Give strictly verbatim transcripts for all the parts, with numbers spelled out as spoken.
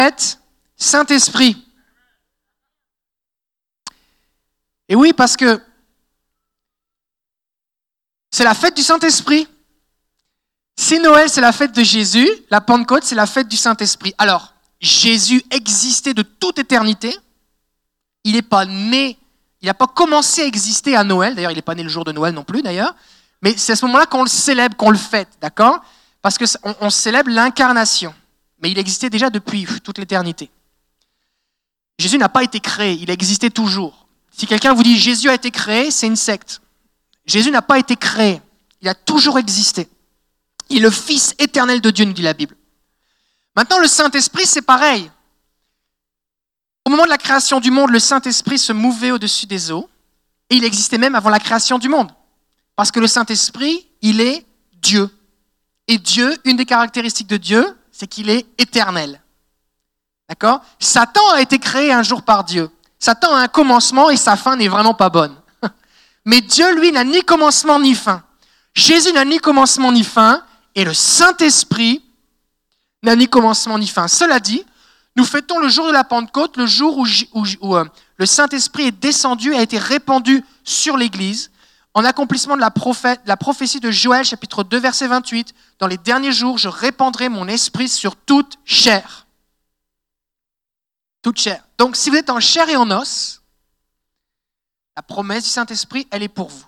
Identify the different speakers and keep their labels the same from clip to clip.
Speaker 1: Saint-Esprit. Et oui, parce que c'est la fête du Saint-Esprit. Si Noël, c'est la fête de Jésus, la Pentecôte, c'est la fête du Saint-Esprit. Alors, Jésus existait de toute éternité. Il n'est pas né, il n'a pas commencé à exister à Noël. D'ailleurs, il n'est pas né le jour de Noël non plus, d'ailleurs. Mais c'est à ce moment-là qu'on le célèbre, qu'on le fête, d'accord ? Parce qu'on on célèbre l'incarnation. Mais il existait déjà depuis toute l'éternité. Jésus n'a pas été créé, il existait toujours. Si quelqu'un vous dit « Jésus a été créé », c'est une secte. Jésus n'a pas été créé, il a toujours existé. Il est le Fils éternel de Dieu, nous dit la Bible. Maintenant, le Saint-Esprit, c'est pareil. Au moment de la création du monde, le Saint-Esprit se mouvait au-dessus des eaux, et il existait même avant la création du monde. Parce que le Saint-Esprit, il est Dieu. Et Dieu, une des caractéristiques de Dieu, c'est qu'il est éternel. D'accord ? Satan a été créé un jour par Dieu. Satan a un commencement et sa fin n'est vraiment pas bonne. Mais Dieu, lui, n'a ni commencement ni fin. Jésus n'a ni commencement ni fin, et le Saint-Esprit n'a ni commencement ni fin. Cela dit, nous fêtons le jour de la Pentecôte, le jour où, où, où euh, le Saint-Esprit est descendu et a été répandu sur l'Église, en accomplissement de la, prophète, la prophétie de Joël, chapitre deux, verset vingt-huit. Dans les derniers jours, je répandrai mon esprit sur toute chair. Toute chair. Donc, si vous êtes en chair et en os, la promesse du Saint-Esprit, elle est pour vous.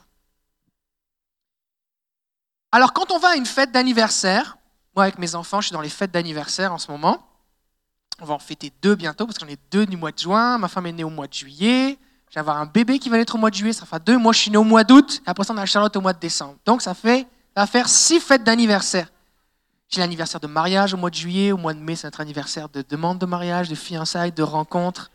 Speaker 1: Alors, quand on va à une fête d'anniversaire, moi, avec mes enfants, je suis dans les fêtes d'anniversaire en ce moment. On va en fêter deux bientôt, parce qu'on est deux du mois de juin. Ma femme est née au mois de juillet. Je vais avoir un bébé qui va naître au mois de juillet, ça fera deux. Moi, je suis né au mois d'août, et après ça, on a Charlotte au mois de décembre. Donc, ça fait, ça va faire six fêtes d'anniversaire. J'ai l'anniversaire de mariage au mois de juillet, au mois de mai, c'est notre anniversaire de demande de mariage, de fiançailles, de rencontres.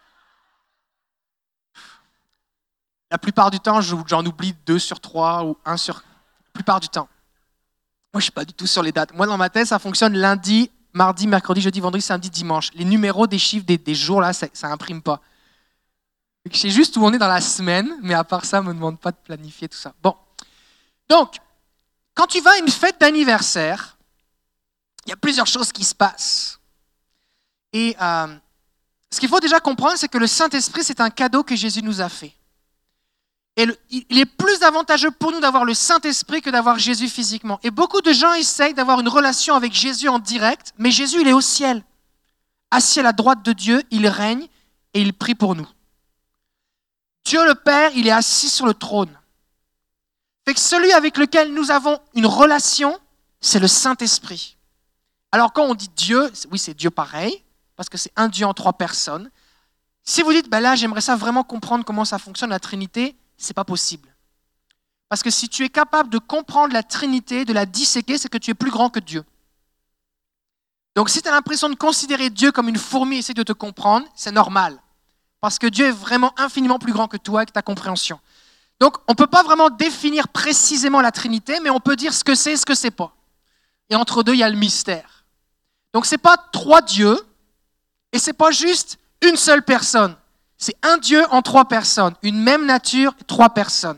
Speaker 1: La plupart du temps, j'en oublie deux sur trois ou un sur... La plupart du temps. Moi, je ne suis pas du tout sur les dates. Moi, dans ma tête, ça fonctionne lundi, mardi, mercredi, jeudi, vendredi, samedi, dimanche. Les numéros des chiffres des, des jours, là, ça n'imprime pas. Je sais juste où on est dans la semaine, mais à part ça, on ne me demande pas de planifier tout ça. Bon. Donc, quand tu vas à une fête d'anniversaire, il y a plusieurs choses qui se passent. Et euh, ce qu'il faut déjà comprendre, c'est que le Saint-Esprit, c'est un cadeau que Jésus nous a fait. Et le, il est plus avantageux pour nous d'avoir le Saint-Esprit que d'avoir Jésus physiquement. Et beaucoup de gens essayent d'avoir une relation avec Jésus en direct, mais Jésus, il est au ciel. Assis à la droite de Dieu, il règne et il prie pour nous. Dieu le Père, il est assis sur le trône. Fait que celui avec lequel nous avons une relation, c'est le Saint-Esprit. Alors quand on dit Dieu, oui, c'est Dieu pareil, parce que c'est un Dieu en trois personnes. Si vous dites, ben là, j'aimerais ça vraiment comprendre comment ça fonctionne, la Trinité, c'est pas possible. Parce que si tu es capable de comprendre la Trinité, de la disséquer, c'est que tu es plus grand que Dieu. Donc si tu as l'impression de considérer Dieu comme une fourmi et essayer de te comprendre, c'est normal. Parce que Dieu est vraiment infiniment plus grand que toi et que ta compréhension. Donc on ne peut pas vraiment définir précisément la Trinité, mais on peut dire ce que c'est et ce que c'est pas. Et entre deux, il y a le mystère. Donc ce n'est pas trois dieux, et ce n'est pas juste une seule personne. C'est un Dieu en trois personnes, une même nature, trois personnes.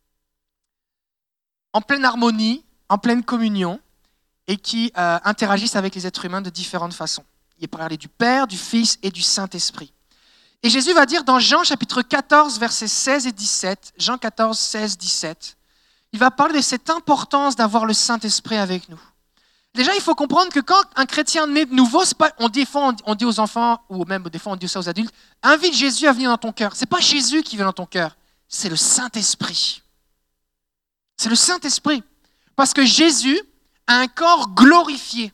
Speaker 1: En pleine harmonie, en pleine communion, et qui euh, interagissent avec les êtres humains de différentes façons. Il est parlé du Père, du Fils et du Saint-Esprit. Et Jésus va dire dans Jean chapitre quatorze, versets seize et dix-sept, Jean quatorze, seize, dix-sept, il va parler de cette importance d'avoir le Saint-Esprit avec nous. Déjà, il faut comprendre que quand un chrétien naît de nouveau, c'est pas, on, dit, on dit aux enfants, ou même des fois on dit ça aux adultes, invite Jésus à venir dans ton cœur. Ce n'est pas Jésus qui vient dans ton cœur, c'est le Saint-Esprit. C'est le Saint-Esprit. Parce que Jésus a un corps glorifié.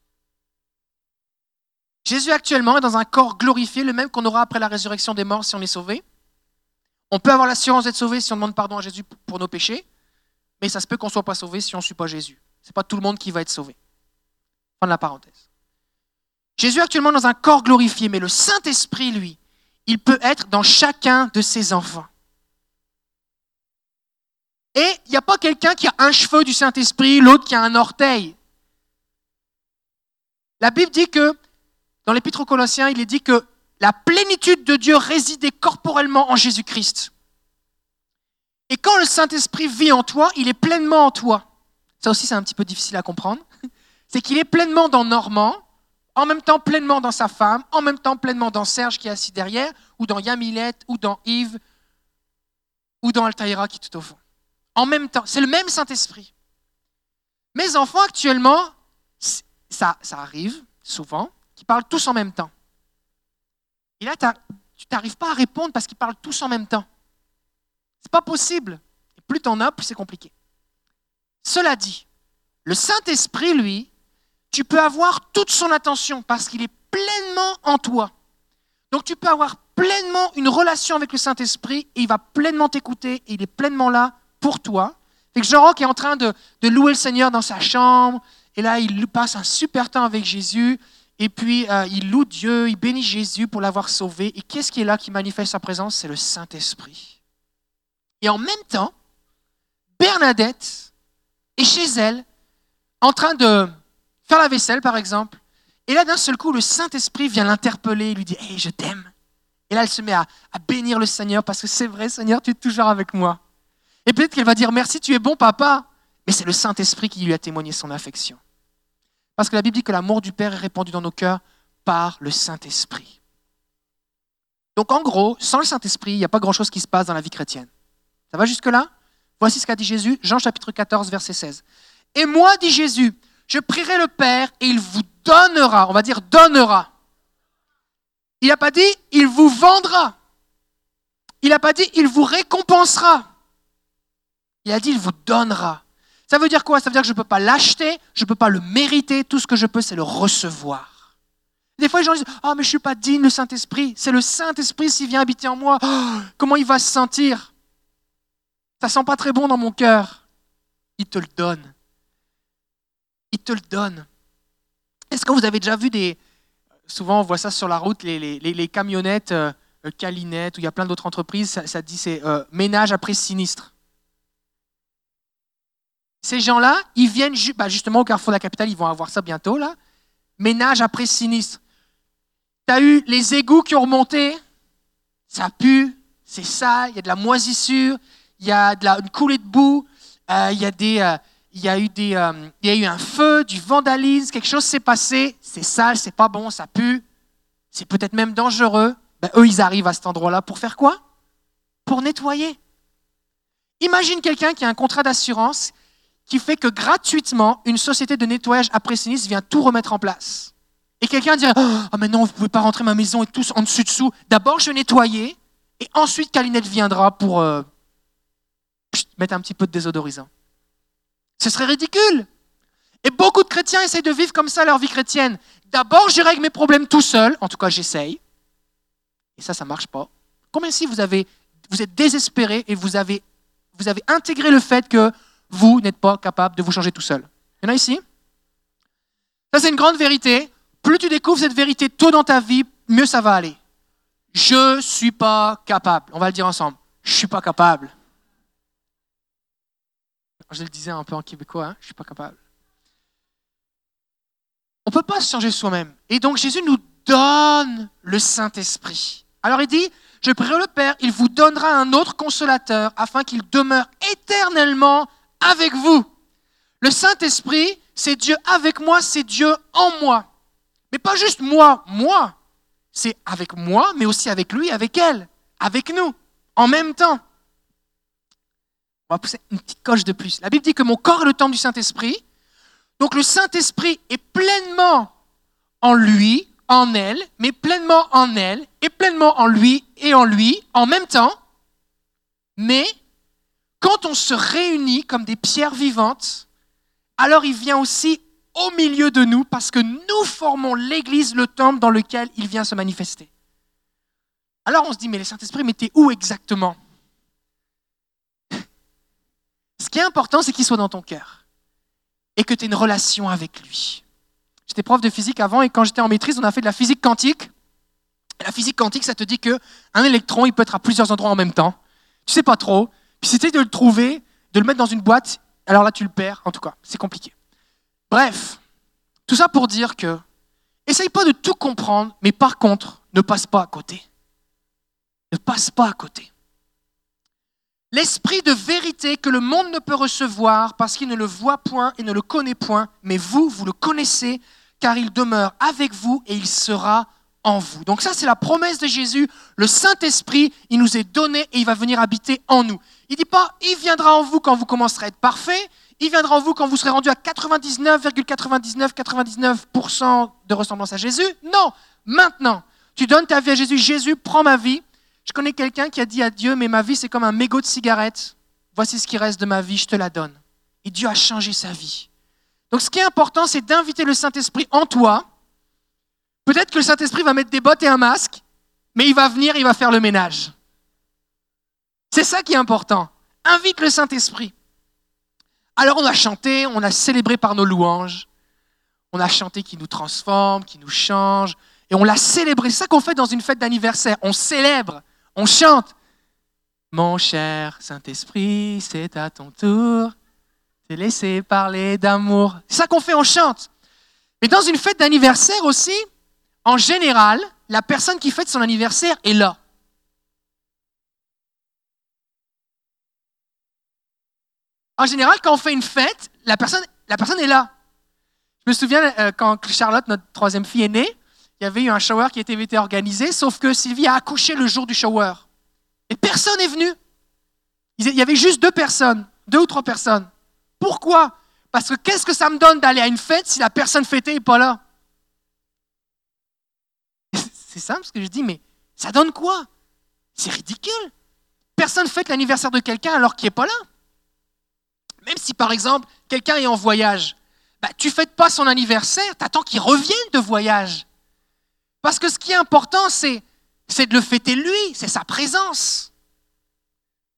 Speaker 1: Jésus actuellement est dans un corps glorifié, le même qu'on aura après la résurrection des morts si on est sauvé. On peut avoir l'assurance d'être sauvé si on demande pardon à Jésus pour nos péchés, mais ça se peut qu'on ne soit pas sauvé si on ne suit pas Jésus. Ce n'est pas tout le monde qui va être sauvé. Fin de la parenthèse. Jésus est actuellement dans un corps glorifié, mais le Saint-Esprit, lui, il peut être dans chacun de ses enfants. Et il n'y a pas quelqu'un qui a un cheveu du Saint-Esprit, l'autre qui a un orteil. La Bible dit que, dans l'Épître aux Colossiens, il est dit que la plénitude de Dieu résidait corporellement en Jésus-Christ. Et quand le Saint-Esprit vit en toi, il est pleinement en toi. Ça aussi, c'est un petit peu difficile à comprendre. C'est qu'il est pleinement dans Normand, en même temps pleinement dans sa femme, en même temps pleinement dans Serge qui est assis derrière, ou dans Yamilette, ou dans Yves, ou dans Altaïra qui est tout au fond. En même temps, c'est le même Saint-Esprit. Mes enfants actuellement, ça, ça arrive souvent, qu'ils parlent tous en même temps. Et là, tu n'arrives pas à répondre parce qu'ils parlent tous en même temps. C'est pas possible. Et plus tu en as, plus c'est compliqué. Cela dit, le Saint-Esprit, lui, tu peux avoir toute son attention parce qu'il est pleinement en toi. Donc tu peux avoir pleinement une relation avec le Saint-Esprit et il va pleinement t'écouter et il est pleinement là pour toi. Fait que Jean-Roch est en train de, de louer le Seigneur dans sa chambre et là il passe un super temps avec Jésus et puis euh, il loue Dieu, il bénit Jésus pour l'avoir sauvé. Et qu'est-ce qui est là qui manifeste sa présence? C'est le Saint-Esprit. Et en même temps, Bernadette est chez elle en train de faire la vaisselle, par exemple. Et là, d'un seul coup, le Saint-Esprit vient l'interpeller, lui dit « Hey, je t'aime ». Et là, elle se met à, à bénir le Seigneur parce que c'est vrai, Seigneur, tu es toujours avec moi. Et peut-être qu'elle va dire « Merci, tu es bon, papa ». Mais c'est le Saint-Esprit qui lui a témoigné son affection. Parce que la Bible dit que l'amour du Père est répandu dans nos cœurs par le Saint-Esprit. Donc, en gros, sans le Saint-Esprit, il n'y a pas grand-chose qui se passe dans la vie chrétienne. Ça va jusque-là? Voici ce qu'a dit Jésus, Jean chapitre quatorze, verset seize. « Et moi, dit Jésus, je prierai le Père et il vous donnera, on va dire donnera. Il n'a pas dit il vous vendra. Il n'a pas dit il vous récompensera. Il a dit il vous donnera. Ça veut dire quoi? Ça veut dire que je ne peux pas l'acheter, je ne peux pas le mériter, tout ce que je peux c'est le recevoir. Des fois les gens disent « Ah, mais je ne suis pas digne, le Saint-Esprit. » C'est le Saint-Esprit s'il vient habiter en moi. Oh, comment il va se sentir? Ça ne sent pas très bon dans mon cœur. Il te le donne. Il te le donne. Est-ce que vous avez déjà vu des... Souvent, on voit ça sur la route, les, les, les camionnettes euh, Calinet, où il y a plein d'autres entreprises, ça, ça dit c'est euh, ménage après sinistre. Ces gens-là, ils viennent ju- bah justement au Carrefour de la Capitale, ils vont avoir ça bientôt, là. Ménage après sinistre. Tu as eu les égouts qui ont remonté, ça pue, c'est sale, il y a de la moisissure, il y a de la, une coulée de boue, euh, il y a des... Euh, Il y a eu des, euh, il y a eu un feu, du vandalisme, quelque chose s'est passé, c'est sale, c'est pas bon, ça pue, c'est peut-être même dangereux. Ben, eux, ils arrivent à cet endroit-là pour faire quoi? Pour nettoyer. Imagine quelqu'un qui a un contrat d'assurance qui fait que gratuitement, une société de nettoyage après sinistre vient tout remettre en place. Et quelqu'un dirait « Ah, mais non, vous ne pouvez pas rentrer ma maison et tous en dessus-dessous. D'abord, je vais nettoyer et ensuite, Calinette viendra pour euh, pst, mettre un petit peu de désodorisant. » Ce serait ridicule. Et beaucoup de chrétiens essayent de vivre comme ça leur vie chrétienne. D'abord, je règle mes problèmes tout seul. En tout cas, j'essaye. Et ça, ça ne marche pas. Combien si vous, avez, vous êtes désespéré et vous avez, vous avez intégré le fait que vous n'êtes pas capable de vous changer tout seul? Il y en a ici? Ça, c'est une grande vérité. Plus tu découvres cette vérité tôt dans ta vie, mieux ça va aller. Je ne suis pas capable. On va le dire ensemble. Je ne suis pas capable. Je le disais un peu en québécois, hein? Je ne suis pas capable. On ne peut pas se changer soi-même. Et donc Jésus nous donne le Saint-Esprit. Alors il dit, je prierai le Père, il vous donnera un autre consolateur afin qu'il demeure éternellement avec vous. Le Saint-Esprit, c'est Dieu avec moi, c'est Dieu en moi. Mais pas juste moi, moi. C'est avec moi, mais aussi avec lui, avec elle, avec nous, en même temps. On va pousser une petite coche de plus. La Bible dit que mon corps est le temple du Saint-Esprit. Donc le Saint-Esprit est pleinement en lui, en elle, mais pleinement en elle, et pleinement en lui et en lui, en même temps. Mais quand on se réunit comme des pierres vivantes, alors il vient aussi au milieu de nous parce que nous formons l'Église, le temple dans lequel il vient se manifester. Alors on se dit, mais le Saint-Esprit, mais t'es où exactement? Ce qui est important, c'est qu'il soit dans ton cœur et que tu aies une relation avec lui. J'étais prof de physique avant et quand j'étais en maîtrise, on a fait de la physique quantique. Et la physique quantique, ça te dit qu'un électron, il peut être à plusieurs endroits en même temps. Tu sais pas trop. Puis si tu essaies de le trouver, de le mettre dans une boîte, alors là, tu le perds. En tout cas, c'est compliqué. Bref, tout ça pour dire que essaye pas de tout comprendre, mais par contre, ne passe pas à côté. Ne passe pas à côté. L'esprit de vérité que le monde ne peut recevoir parce qu'il ne le voit point et ne le connaît point, mais vous, vous le connaissez, car il demeure avec vous et il sera en vous. Donc ça, c'est la promesse de Jésus. Le Saint-Esprit, il nous est donné et il va venir habiter en nous. Il ne dit pas, il viendra en vous quand vous commencerez à être parfait. Il viendra en vous quand vous serez rendu à quatre-vingt-dix-neuf virgule quatre-vingt-dix-neuf quatre-vingt-dix-neuf pour cent de ressemblance à Jésus. Non, maintenant, tu donnes ta vie à Jésus. Jésus, prends ma vie. Je connais quelqu'un qui a dit à Dieu, mais ma vie, c'est comme un mégot de cigarette. Voici ce qui reste de ma vie, je te la donne. Et Dieu a changé sa vie. Donc ce qui est important, c'est d'inviter le Saint-Esprit en toi. Peut-être que le Saint-Esprit va mettre des bottes et un masque, mais il va venir, il va faire le ménage. C'est ça qui est important. Invite le Saint-Esprit. Alors on a chanté, on a célébré par nos louanges. On a chanté qui nous transforme, qui nous change. Et on l'a célébré. C'est ça qu'on fait dans une fête d'anniversaire. On célèbre, on chante. Mon cher Saint-Esprit, c'est à ton tour. T'es laissé parler d'amour. C'est ça qu'on fait, on chante. Mais dans une fête d'anniversaire aussi, en général, la personne qui fête son anniversaire est là. En général, quand on fait une fête, la personne, la personne est là. Je me souviens, euh, quand Charlotte, notre troisième fille, est née, il y avait eu un shower qui était été organisé, sauf que Sylvie a accouché le jour du shower. Et personne n'est venu. Il y avait juste deux personnes, deux ou trois personnes. Pourquoi ? Parce que qu'est-ce que ça me donne d'aller à une fête si la personne fêtée n'est pas là ? C'est simple ce que je dis, mais ça donne quoi ? C'est ridicule. Personne ne fête l'anniversaire de quelqu'un alors qu'il n'est pas là. Même si, par exemple, quelqu'un est en voyage, bah, tu ne fêtes pas son anniversaire, tu attends qu'il revienne de voyage. Parce que ce qui est important, c'est, c'est de le fêter lui, c'est sa présence. Comprenez ?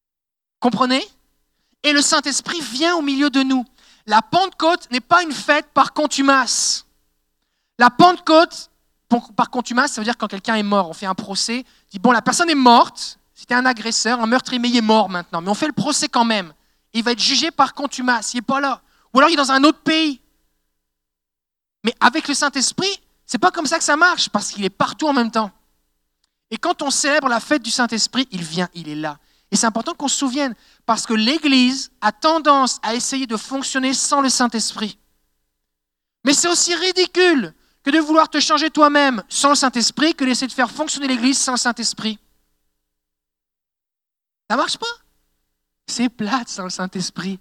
Speaker 1: Et le Saint-Esprit vient au milieu de nous. La Pentecôte n'est pas une fête par contumace. La Pentecôte, par contumace, ça veut dire quand quelqu'un est mort, on fait un procès, on dit bon, la personne est morte, c'était un agresseur, un meurtrier, mais il est mort maintenant, mais on fait le procès quand même. Il va être jugé par contumace, il n'est pas là. Ou alors il est dans un autre pays. Mais avec le Saint-Esprit, c'est pas comme ça que ça marche, parce qu'il est partout en même temps. Et quand on célèbre la fête du Saint-Esprit, il vient, il est là. Et c'est important qu'on se souvienne, parce que l'Église a tendance à essayer de fonctionner sans le Saint-Esprit. Mais c'est aussi ridicule que de vouloir te changer toi-même sans le Saint-Esprit que d'essayer de faire fonctionner l'Église sans le Saint-Esprit. Ça ne marche pas. C'est plate sans le Saint-Esprit.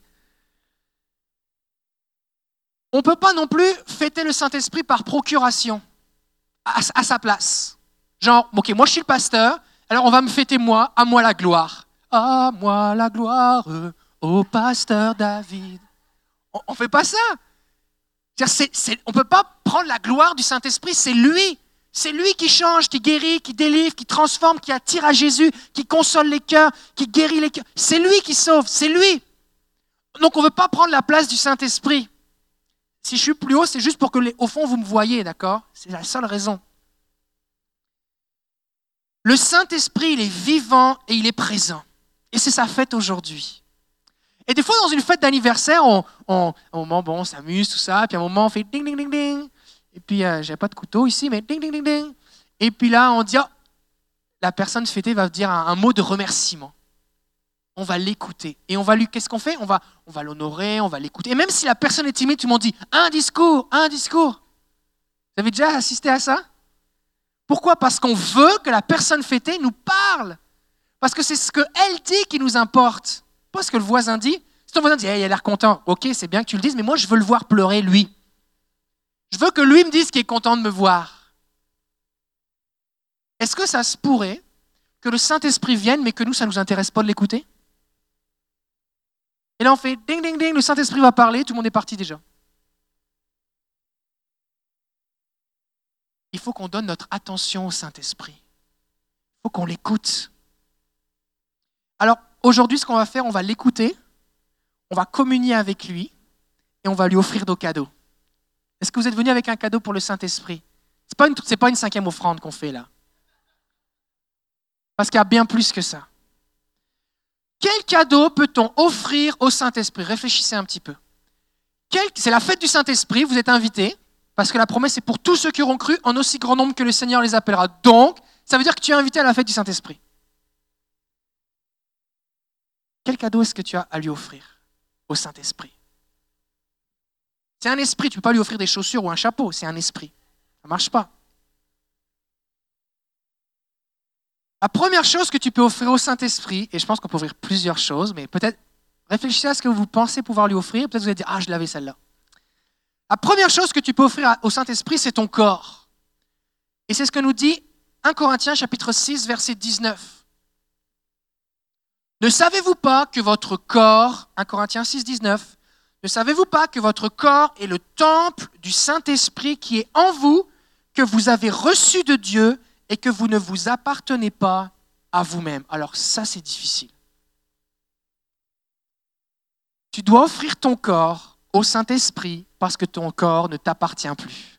Speaker 1: On ne peut pas non plus fêter le Saint-Esprit par procuration, à, à sa place. Genre, ok, moi je suis le pasteur, alors on va me fêter moi, à moi la gloire. À moi la gloire, au pasteur David. On ne fait pas ça. C'est, c'est, on ne peut pas prendre la gloire du Saint-Esprit, c'est lui. C'est lui qui change, qui guérit, qui délivre, qui transforme, qui attire à Jésus, qui console les cœurs, qui guérit les cœurs. C'est lui qui sauve, c'est lui. Donc on ne veut pas prendre la place du Saint-Esprit. Si je suis plus haut, c'est juste pour que, les, au fond, vous me voyez, d'accord ? C'est la seule raison. Le Saint-Esprit, il est vivant et il est présent. Et c'est sa fête aujourd'hui. Et des fois, dans une fête d'anniversaire, on, on, à un moment, bon, on s'amuse, tout ça, puis à un moment, on fait ding, ding, ding, ding. Et puis, euh, j'avais pas de couteau ici, mais ding, ding, ding, ding. Et puis là, on dit, oh, la personne fêtée va dire un, un mot de remerciement. On va l'écouter. Et on va lui, qu'est-ce qu'on fait ? On va, on va l'honorer, on va l'écouter. Et même si la personne est timide, tout le monde dit, un discours, un discours. Vous avez déjà assisté à ça ? Pourquoi ? Parce qu'on veut que la personne fêtée nous parle. Parce que c'est ce qu'elle dit qui nous importe. Pas ce que le voisin dit. Si ton voisin dit, hey, il a l'air content, ok, c'est bien que tu le dises, mais moi, je veux le voir pleurer, lui. Je veux que lui me dise qu'il est content de me voir. Est-ce que ça se pourrait que le Saint-Esprit vienne, mais que nous, ça ne nous intéresse pas de l'écouter ? Et là, on fait ding, ding, ding, le Saint-Esprit va parler, tout le monde est parti déjà. Il faut qu'on donne notre attention au Saint-Esprit. Il faut qu'on l'écoute. Alors, aujourd'hui, ce qu'on va faire, on va l'écouter, on va communier avec lui et on va lui offrir nos cadeaux. Est-ce que vous êtes venus avec un cadeau pour le Saint-Esprit ? Ce n'est pas une, c'est pas une cinquième offrande qu'on fait là. Parce qu'il y a bien plus que ça. Quel cadeau peut-on offrir au Saint-Esprit ? Réfléchissez un petit peu. Quel, c'est la fête du Saint-Esprit, vous êtes invités, parce que la promesse est pour tous ceux qui auront cru en aussi grand nombre que le Seigneur les appellera. Donc, ça veut dire que tu es invité à la fête du Saint-Esprit. Quel cadeau est-ce que tu as à lui offrir au Saint-Esprit ? C'est un esprit, tu ne peux pas lui offrir des chaussures ou un chapeau, c'est un esprit. Ça ne marche pas. La première chose que tu peux offrir au Saint-Esprit, et je pense qu'on peut offrir plusieurs choses, mais peut-être réfléchissez à ce que vous pensez pouvoir lui offrir, peut-être vous allez dire « Ah, je l'avais celle-là ». La première chose que tu peux offrir au Saint-Esprit, c'est ton corps. Et c'est ce que nous dit premier Corinthiens chapitre six, verset dix-neuf. Ne savez-vous pas que votre corps, premier Corinthiens six, dix-neuf, ne savez-vous pas que votre corps est le temple du Saint-Esprit qui est en vous, que vous avez reçu de Dieu et que vous ne vous appartenez pas à vous-même. Alors ça, c'est difficile. Tu dois offrir ton corps au Saint-Esprit parce que ton corps ne t'appartient plus.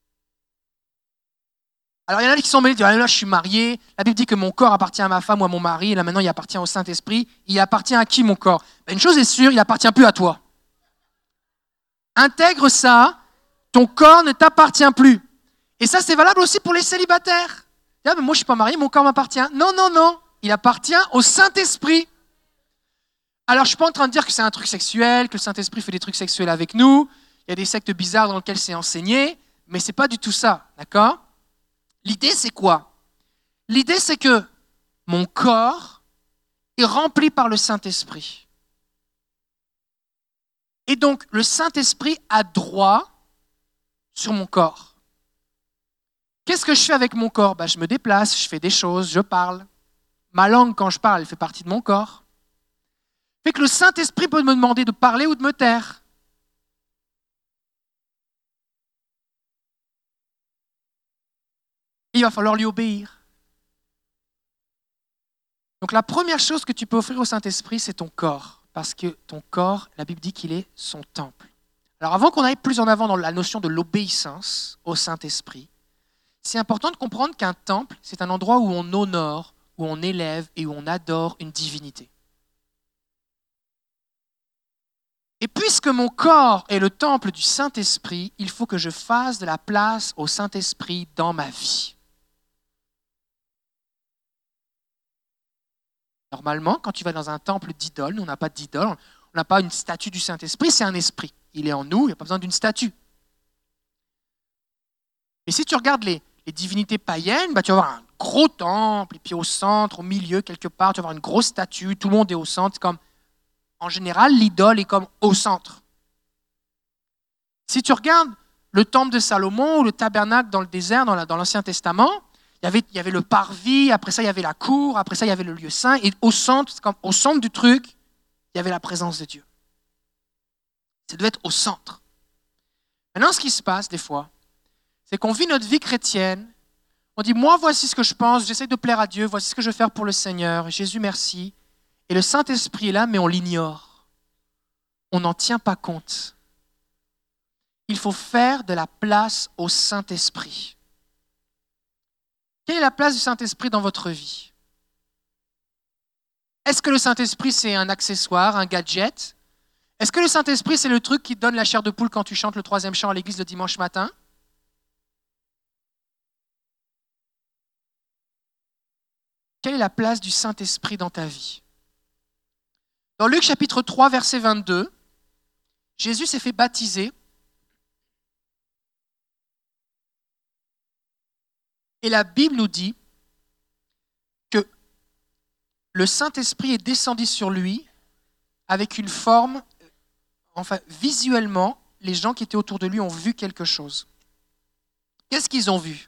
Speaker 1: Alors il y en a qui sont mêlés, disent, ah, là je suis marié, la Bible dit que mon corps appartient à ma femme ou à mon mari, et là maintenant il appartient au Saint-Esprit. Il appartient à qui mon corps? Ben, une chose est sûre, il n'appartient plus à toi. Intègre ça, ton corps ne t'appartient plus. Et ça c'est valable aussi pour les célibataires. Ah, mais moi je ne suis pas marié, mon corps m'appartient. Non, non, non, il appartient au Saint-Esprit. Alors je ne suis pas en train de dire que c'est un truc sexuel, que le Saint-Esprit fait des trucs sexuels avec nous. Il y a des sectes bizarres dans lesquelles c'est enseigné, mais ce n'est pas du tout ça, d'accord? L'idée c'est quoi? L'idée c'est que mon corps est rempli par le Saint-Esprit. Et donc le Saint-Esprit a droit sur mon corps. Qu'est-ce que je fais avec mon corps? Ben, je me déplace, je fais des choses, je parle. Ma langue, quand je parle, elle fait partie de mon corps. Fait que le Saint-Esprit peut me demander de parler ou de me taire. Et il va falloir lui obéir. Donc la première chose que tu peux offrir au Saint-Esprit, c'est ton corps. Parce que ton corps, la Bible dit qu'il est son temple. Alors avant qu'on aille plus en avant dans la notion de l'obéissance au Saint-Esprit, c'est important de comprendre qu'un temple, c'est un endroit où on honore, où on élève et où on adore une divinité. Et puisque mon corps est le temple du Saint-Esprit, il faut que je fasse de la place au Saint-Esprit dans ma vie. Normalement, quand tu vas dans un temple d'idole, nous on n'a pas d'idole, on n'a pas une statue du Saint-Esprit, c'est un esprit. Il est en nous, il n'y a pas besoin d'une statue. Et si tu regardes les, les divinités païennes, bah, tu vas avoir un gros temple, et puis au centre, au milieu, quelque part, tu vas avoir une grosse statue, tout le monde est au centre. Comme, en général, l'idole est comme au centre. Si tu regardes le temple de Salomon ou le tabernacle dans le désert, dans, la, dans l'Ancien Testament, il y, avait, il y avait le parvis, après ça, il y avait la cour, après ça, il y avait le lieu saint, et au centre, comme, au centre du truc, il y avait la présence de Dieu. Ça devait être au centre. Maintenant, ce qui se passe des fois, c'est qu'on vit notre vie chrétienne, on dit, moi, voici ce que je pense, j'essaie de plaire à Dieu, voici ce que je veux faire pour le Seigneur, Jésus, merci. Et le Saint-Esprit est là, mais on l'ignore. On n'en tient pas compte. Il faut faire de la place au Saint-Esprit. Quelle est la place du Saint-Esprit dans votre vie? Est-ce que le Saint-Esprit, c'est un accessoire, un gadget? Est-ce que le Saint-Esprit, c'est le truc qui te donne la chair de poule quand tu chantes le troisième chant à l'église le dimanche matin? Quelle est la place du Saint-Esprit dans ta vie? Dans Luc chapitre trois, verset vingt-deux, Jésus s'est fait baptiser. Et la Bible nous dit que le Saint-Esprit est descendu sur lui avec une forme, enfin visuellement, les gens qui étaient autour de lui ont vu quelque chose. Qu'est-ce qu'ils ont vu?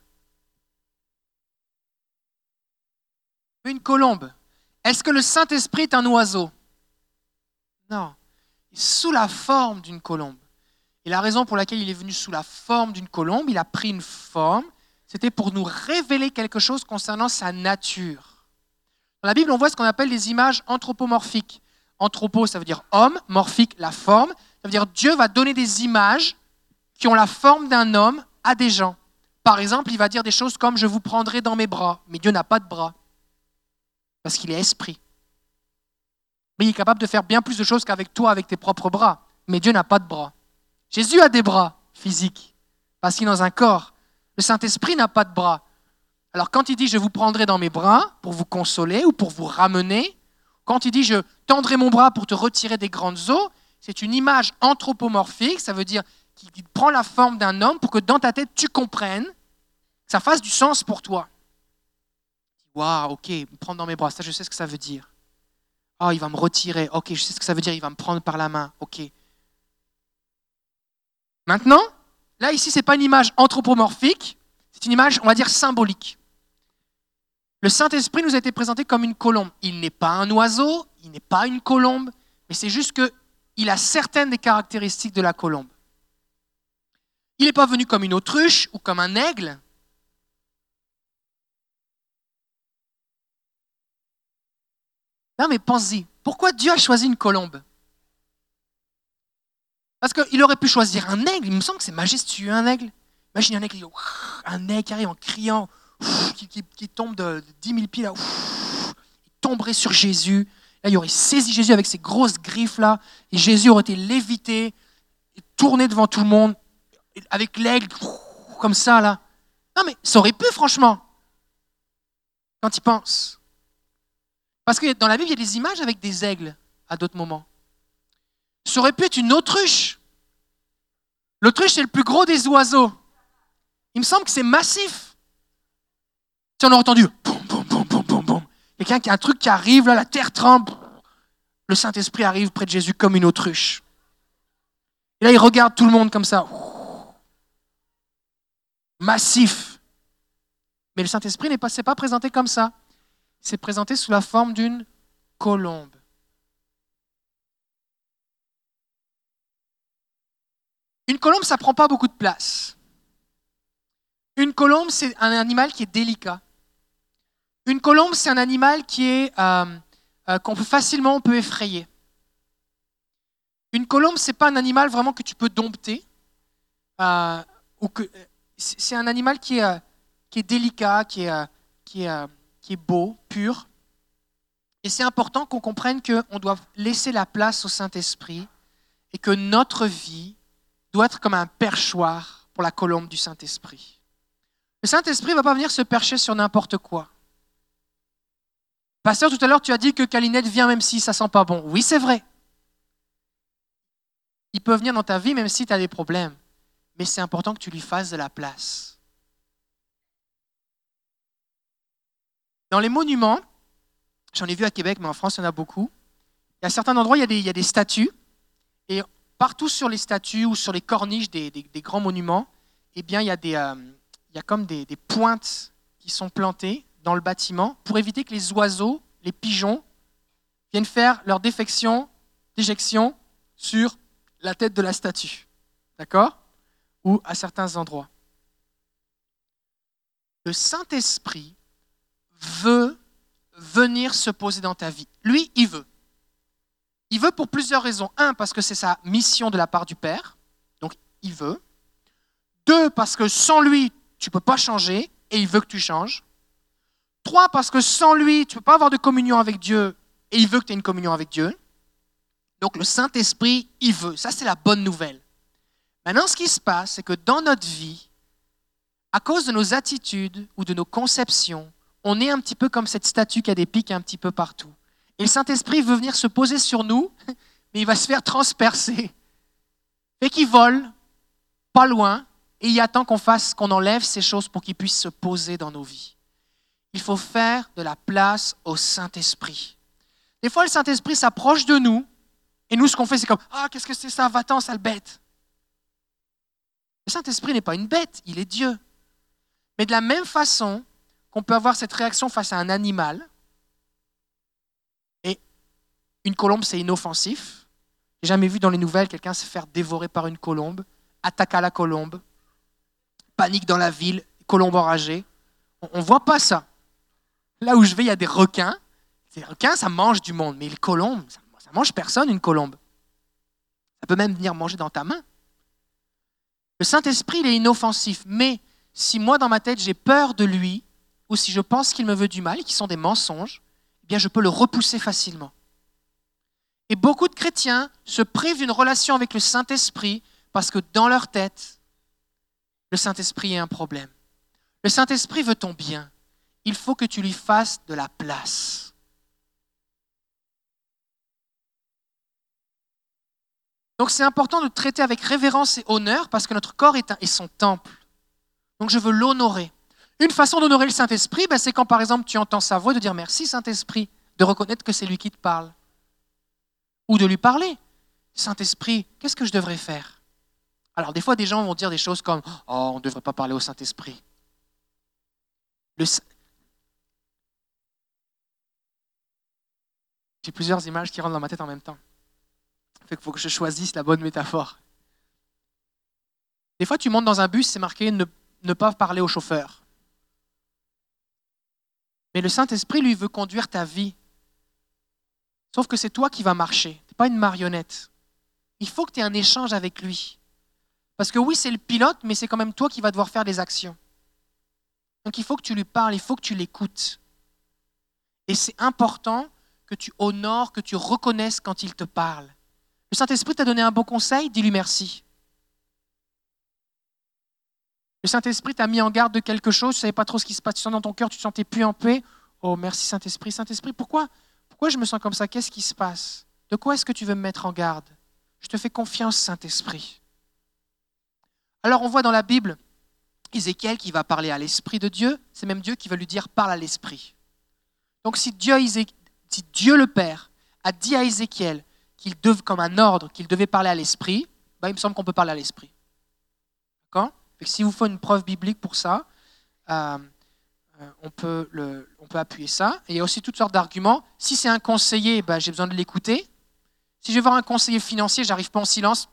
Speaker 1: Une colombe. Est-ce que le Saint-Esprit est un oiseau? Non. Sous la forme d'une colombe. Et la raison pour laquelle il est venu sous la forme d'une colombe, il a pris une forme, c'était pour nous révéler quelque chose concernant sa nature. Dans la Bible, on voit ce qu'on appelle les images anthropomorphiques. Anthropo, ça veut dire homme, morphique, la forme. Ça veut dire Dieu va donner des images qui ont la forme d'un homme à des gens. Par exemple, il va dire des choses comme « je vous prendrai dans mes bras », mais Dieu n'a pas de bras, parce qu'il est esprit. Mais il est capable de faire bien plus de choses qu'avec toi, avec tes propres bras, mais Dieu n'a pas de bras. Jésus a des bras physiques, parce qu'il est dans un corps. Le Saint-Esprit n'a pas de bras. Alors quand il dit « je vous prendrai dans mes bras » pour vous consoler ou pour vous ramener, quand il dit « je tendrai mon bras pour te retirer des grandes eaux », c'est une image anthropomorphique, ça veut dire qui, qui prend la forme d'un homme pour que dans ta tête, tu comprennes, que ça fasse du sens pour toi. Waouh, ok, me prendre dans mes bras, ça je sais ce que ça veut dire. Oh, il va me retirer, ok, je sais ce que ça veut dire, il va me prendre par la main, ok. Maintenant, là ici, ce n'est pas une image anthropomorphique, c'est une image, on va dire, symbolique. Le Saint-Esprit nous a été présenté comme une colombe. Il n'est pas un oiseau, il n'est pas une colombe, mais c'est juste qu'il a certaines des caractéristiques de la colombe. Il n'est pas venu comme une autruche ou comme un aigle. Non mais pense-y, pourquoi Dieu a choisi une colombe? Parce qu'il aurait pu choisir un aigle, il me semble que c'est majestueux un aigle. Imagine un aigle, un aigle qui arrive en criant, qui, qui, qui tombe de dix mille pieds, là, il tomberait sur Jésus. Là, il aurait saisi Jésus avec ses grosses griffes là, et Jésus aurait été lévité, et tourné devant tout le monde, avec l'aigle, comme ça là. Non mais ça aurait pu franchement, quand il pense. Parce que dans la Bible, il y a des images avec des aigles à d'autres moments. Ça aurait pu être une autruche. L'autruche, c'est le plus gros des oiseaux. Il me semble que c'est massif. Si on a entendu, boum, boum, boum, boum, boum, boum. Quelqu'un qui a un truc qui arrive, là, la terre tremble. Le Saint-Esprit arrive près de Jésus comme une autruche. Et là, il regarde tout le monde comme ça. Massif. Mais le Saint-Esprit n'est pas, s'est pas présenté comme ça. Il s'est présenté sous la forme d'une colombe. Une colombe, ça ne prend pas beaucoup de place. Une colombe, c'est un animal qui est délicat. Une colombe, c'est un animal qui est, euh, euh, qu'on peut facilement on peut effrayer. Une colombe, ce n'est pas un animal vraiment que tu peux dompter. Euh, ou que, c'est un animal qui est, euh, qui est délicat, qui est, euh, qui, est, euh, qui est beau, pur. Et c'est important qu'on comprenne qu'on doit laisser la place au Saint-Esprit et que notre vie doit être comme un perchoir pour la colombe du Saint-Esprit. Le Saint-Esprit ne va pas venir se percher sur n'importe quoi. Pasteur, tout à l'heure, tu as dit que Calinette vient même si ça ne sent pas bon. Oui, c'est vrai. Il peut venir dans ta vie même si tu as des problèmes. Mais c'est important que tu lui fasses de la place. Dans les monuments, j'en ai vu à Québec, mais en France, il y en a beaucoup. Il y a certains endroits, il y a des, il y a des statues. Et partout sur les statues ou sur les corniches des, des, des grands monuments, eh bien, il y a, des, euh, il y a comme des, des pointes qui sont plantées dans le bâtiment pour éviter que les oiseaux, les pigeons, viennent faire leur défection, déjection sur la tête de la statue. D'accord? Ou à certains endroits. Le Saint-Esprit veut venir se poser dans ta vie. Lui, il veut. Il veut pour plusieurs raisons. Un, parce que c'est sa mission de la part du Père, donc il veut. Deux, parce que sans lui, tu ne peux pas changer et il veut que tu changes. Trois, parce que sans lui, tu ne peux pas avoir de communion avec Dieu et il veut que tu aies une communion avec Dieu. Donc le Saint-Esprit, il veut. Ça, c'est la bonne nouvelle. Maintenant, ce qui se passe, c'est que dans notre vie, à cause de nos attitudes ou de nos conceptions, on est un petit peu comme cette statue qui a des pics un petit peu partout. Et le Saint-Esprit veut venir se poser sur nous, mais il va se faire transpercer. Fait qu'il vole, pas loin, et il attend qu'on fasse, qu'on enlève ces choses pour qu'il puisse se poser dans nos vies. Il faut faire de la place au Saint-Esprit. Des fois, le Saint-Esprit s'approche de nous, et nous, ce qu'on fait, c'est comme « Ah, qu'est-ce que c'est ça? Va-t'en, sale bête !» Le Saint-Esprit n'est pas une bête, il est Dieu. Mais de la même façon qu'on peut avoir cette réaction face à un animal, et une colombe, c'est inoffensif. J'ai jamais vu dans les nouvelles quelqu'un se faire dévorer par une colombe, attaque à la colombe, panique dans la ville, colombe enragée. On ne voit pas ça. Là où je vais, il y a des requins. Les requins, ça mange du monde, mais les colombes, ça ne mange personne, une colombe. Ça peut même venir manger dans ta main. Le Saint-Esprit, il est inoffensif, mais si moi, dans ma tête, j'ai peur de lui, ou si je pense qu'il me veut du mal, et qui sont des mensonges, eh bien, je peux le repousser facilement. Et beaucoup de chrétiens se privent d'une relation avec le Saint-Esprit parce que dans leur tête, le Saint-Esprit est un problème. Le Saint-Esprit veut ton bien. Il faut que tu lui fasses de la place. Donc c'est important de traiter avec révérence et honneur parce que notre corps est, un, est son temple. Donc je veux l'honorer. Une façon d'honorer le Saint-Esprit, ben, c'est quand par exemple tu entends sa voix de dire merci Saint-Esprit, de reconnaître que c'est lui qui te parle. Ou de lui parler. Saint-Esprit, qu'est-ce que je devrais faire? Alors des fois des gens vont dire des choses comme « Oh, on ne devrait pas parler au Saint-Esprit ». Le... J'ai plusieurs images qui rentrent dans ma tête en même temps. Fait qu'il faut que je choisisse la bonne métaphore. Des fois, tu montes dans un bus, c'est marqué ne, ne pas parler au chauffeur. Mais le Saint-Esprit, lui, veut conduire ta vie. Sauf que c'est toi qui vas marcher. Tu n'es pas une marionnette. Il faut que tu aies un échange avec lui. Parce que oui, c'est le pilote, mais c'est quand même toi qui vas devoir faire des actions. Donc il faut que tu lui parles, il faut que tu l'écoutes. Et c'est important que tu honores, que tu reconnaisses quand il te parle. Le Saint-Esprit t'a donné un bon conseil, dis-lui merci. Le Saint-Esprit t'a mis en garde de quelque chose, tu ne savais pas trop ce qui se passe dans ton cœur, tu te sentais plus en paix. Oh, merci Saint-Esprit. Saint-Esprit, pourquoi, pourquoi je me sens comme ça? Qu'est-ce qui se passe? De quoi est-ce que tu veux me mettre en garde? Je te fais confiance, Saint-Esprit. Alors on voit dans la Bible Ézéchiel qui va parler à l'Esprit de Dieu, c'est même Dieu qui va lui dire « parle à l'Esprit ». Donc si Dieu, si Dieu le Père a dit à Ézéchiel qu'il devait, comme un ordre, qu'il devait parler à l'Esprit, ben, il me semble qu'on peut parler à l'Esprit. D'accord? Fait que si vous faut une preuve biblique pour ça, euh, on, peut le, on peut appuyer ça. Et il y a aussi toutes sortes d'arguments. Si c'est un conseiller, ben, j'ai besoin de l'écouter. Si je vais voir un conseiller financier, je n'arrive pas en silence.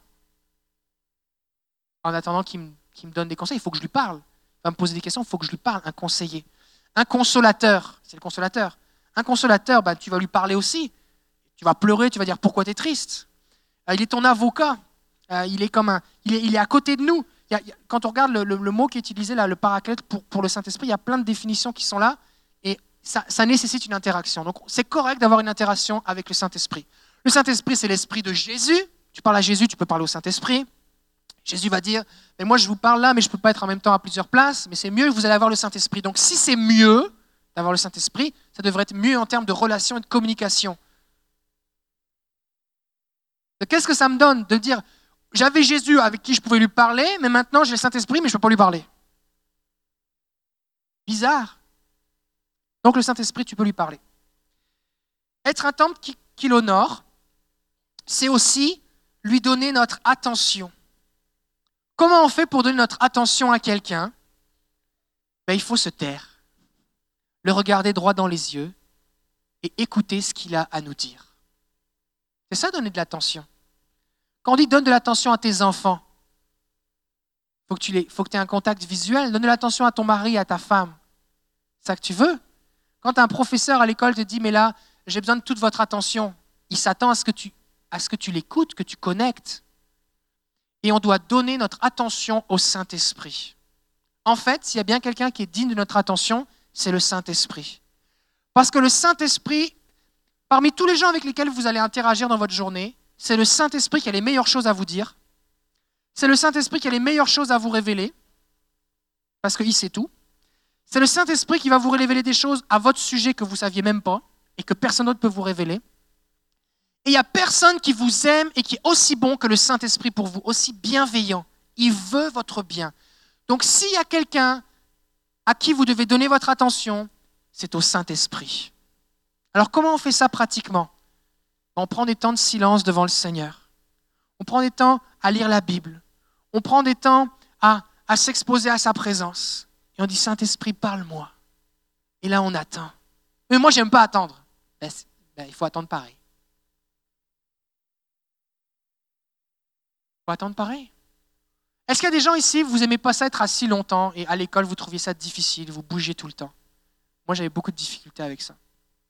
Speaker 1: En attendant qu'il me, qu'il me donne des conseils, il faut que je lui parle. Il va me poser des questions, il faut que je lui parle, un conseiller. Un consolateur, c'est le consolateur. Un consolateur, ben, tu vas lui parler aussi. Tu vas pleurer, tu vas dire pourquoi tu es triste. Euh, il est ton avocat. Euh, il est comme un, il est, il est à côté de nous. Il y a, il y a, quand on regarde le, le, le mot qui est utilisé là, le paraclète pour, pour le Saint-Esprit, il y a plein de définitions qui sont là et ça, ça nécessite une interaction. Donc c'est correct d'avoir une interaction avec le Saint-Esprit. Le Saint-Esprit, c'est l'Esprit de Jésus. Tu parles à Jésus, tu peux parler au Saint-Esprit. Jésus va dire, mais moi je vous parle là, mais je ne peux pas être en même temps à plusieurs places, mais c'est mieux que vous allez avoir le Saint-Esprit. Donc si c'est mieux d'avoir le Saint-Esprit, ça devrait être mieux en termes de relation et de communication. Donc, qu'est-ce que ça me donne de dire, j'avais Jésus avec qui je pouvais lui parler, mais maintenant j'ai le Saint-Esprit, mais je ne peux pas lui parler. Bizarre. Donc le Saint-Esprit, tu peux lui parler. Être un temple qui, qui l'honore, c'est aussi lui donner notre attention. Comment on fait pour donner notre attention à quelqu'un? Ben, il faut se taire, le regarder droit dans les yeux et écouter ce qu'il a à nous dire. C'est ça, donner de l'attention. Quand on dit donne de l'attention à tes enfants, il faut que tu faut que tu aies un contact visuel. Donne de l'attention à ton mari, à ta femme. C'est ça que tu veux. Quand un professeur à l'école te dit, mais là, j'ai besoin de toute votre attention, il s'attend à ce que tu, à ce que tu l'écoutes, que tu connectes. Et on doit donner notre attention au Saint-Esprit. En fait, s'il y a bien quelqu'un qui est digne de notre attention, c'est le Saint-Esprit. Parce que le Saint-Esprit, parmi tous les gens avec lesquels vous allez interagir dans votre journée, c'est le Saint-Esprit qui a les meilleures choses à vous dire. C'est le Saint-Esprit qui a les meilleures choses à vous révéler, parce qu'il sait tout. C'est le Saint-Esprit qui va vous révéler des choses à votre sujet que vous ne saviez même pas et que personne d'autre peut vous révéler. Et il n'y a personne qui vous aime et qui est aussi bon que le Saint-Esprit pour vous, aussi bienveillant. Il veut votre bien. Donc s'il y a quelqu'un à qui vous devez donner votre attention, c'est au Saint-Esprit. Alors comment on fait ça pratiquement? On prend des temps de silence devant le Seigneur. On prend des temps à lire la Bible. On prend des temps à, à s'exposer à sa présence. Et on dit, Saint-Esprit, parle-moi. Et là, on attend. Mais moi, j'aime pas attendre. Ben, ben, il faut attendre pareil. Il faut attendre pareil. Est-ce qu'il y a des gens ici, vous n'aimez pas ça être assis longtemps et à l'école, vous trouviez ça difficile, vous bougez tout le temps? Moi, j'avais beaucoup de difficultés avec ça.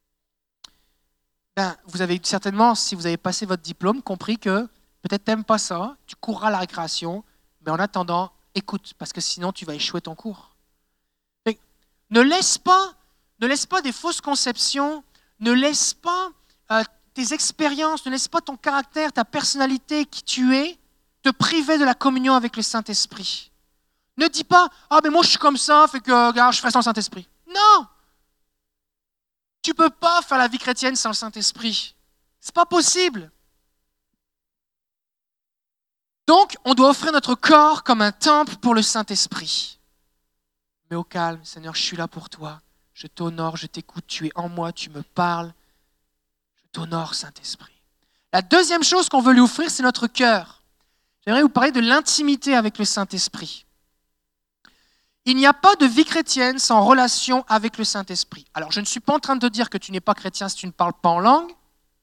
Speaker 1: Ben, vous avez certainement, si vous avez passé votre diplôme, compris que peut-être tu n'aimes pas ça, tu courras à la récréation, mais en attendant, écoute, parce que sinon, tu vas échouer ton cours. Donc, ne laisse pas, ne laisse pas des fausses conceptions, ne laisse pas euh, tes expériences, ne laisse pas ton caractère, ta personnalité, qui tu es, te priver de la communion avec le Saint-Esprit. Ne dis pas « Ah, mais moi, je suis comme ça, fait que regarde, je ferai sans le Saint-Esprit. » Non! Tu ne peux pas faire la vie chrétienne sans le Saint-Esprit. Ce n'est pas possible. Donc, on doit offrir notre corps comme un temple pour le Saint-Esprit. Mais au calme, Seigneur, je suis là pour toi. Je t'honore, je t'écoute, tu es en moi, tu me parles. Je t'honore, Saint-Esprit. La deuxième chose qu'on veut lui offrir, c'est notre cœur. J'aimerais vous parler de l'intimité avec le Saint-Esprit. Il n'y a pas de vie chrétienne sans relation avec le Saint-Esprit. Alors, je ne suis pas en train de te dire que tu n'es pas chrétien si tu ne parles pas en langue.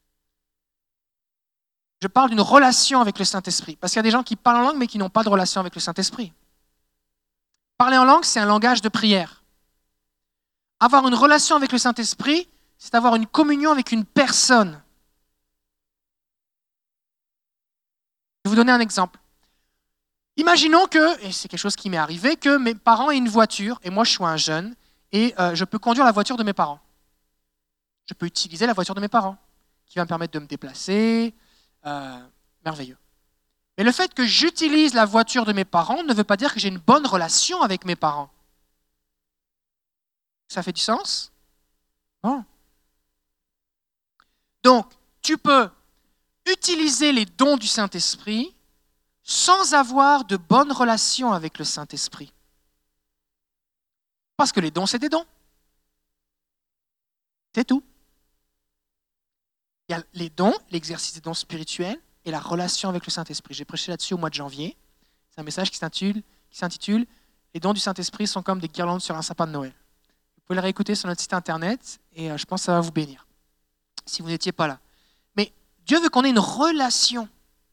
Speaker 1: Je parle d'une relation avec le Saint-Esprit. Parce qu'il y a des gens qui parlent en langue, mais qui n'ont pas de relation avec le Saint-Esprit. Parler en langue, c'est un langage de prière. Avoir une relation avec le Saint-Esprit, c'est avoir une communion avec une personne. Je vais vous donner un exemple. Imaginons que, et c'est quelque chose qui m'est arrivé, que mes parents aient une voiture, et moi je suis un jeune, et euh, je peux conduire la voiture de mes parents. Je peux utiliser la voiture de mes parents, qui va me permettre de me déplacer, euh, merveilleux. Mais le fait que j'utilise la voiture de mes parents ne veut pas dire que j'ai une bonne relation avec mes parents. Ça fait du sens? Bon. Donc, tu peux utiliser les dons du Saint-Esprit sans avoir de bonnes relations avec le Saint-Esprit. Parce que les dons, c'est des dons. C'est tout. Il y a les dons, l'exercice des dons spirituels et la relation avec le Saint-Esprit. J'ai prêché là-dessus au mois de janvier. C'est un message qui s'intitule, qui s'intitule « Les dons du Saint-Esprit sont comme des guirlandes sur un sapin de Noël ». Vous pouvez le réécouter sur notre site internet et je pense que ça va vous bénir, si vous n'étiez pas là. Mais Dieu veut qu'on ait une relation.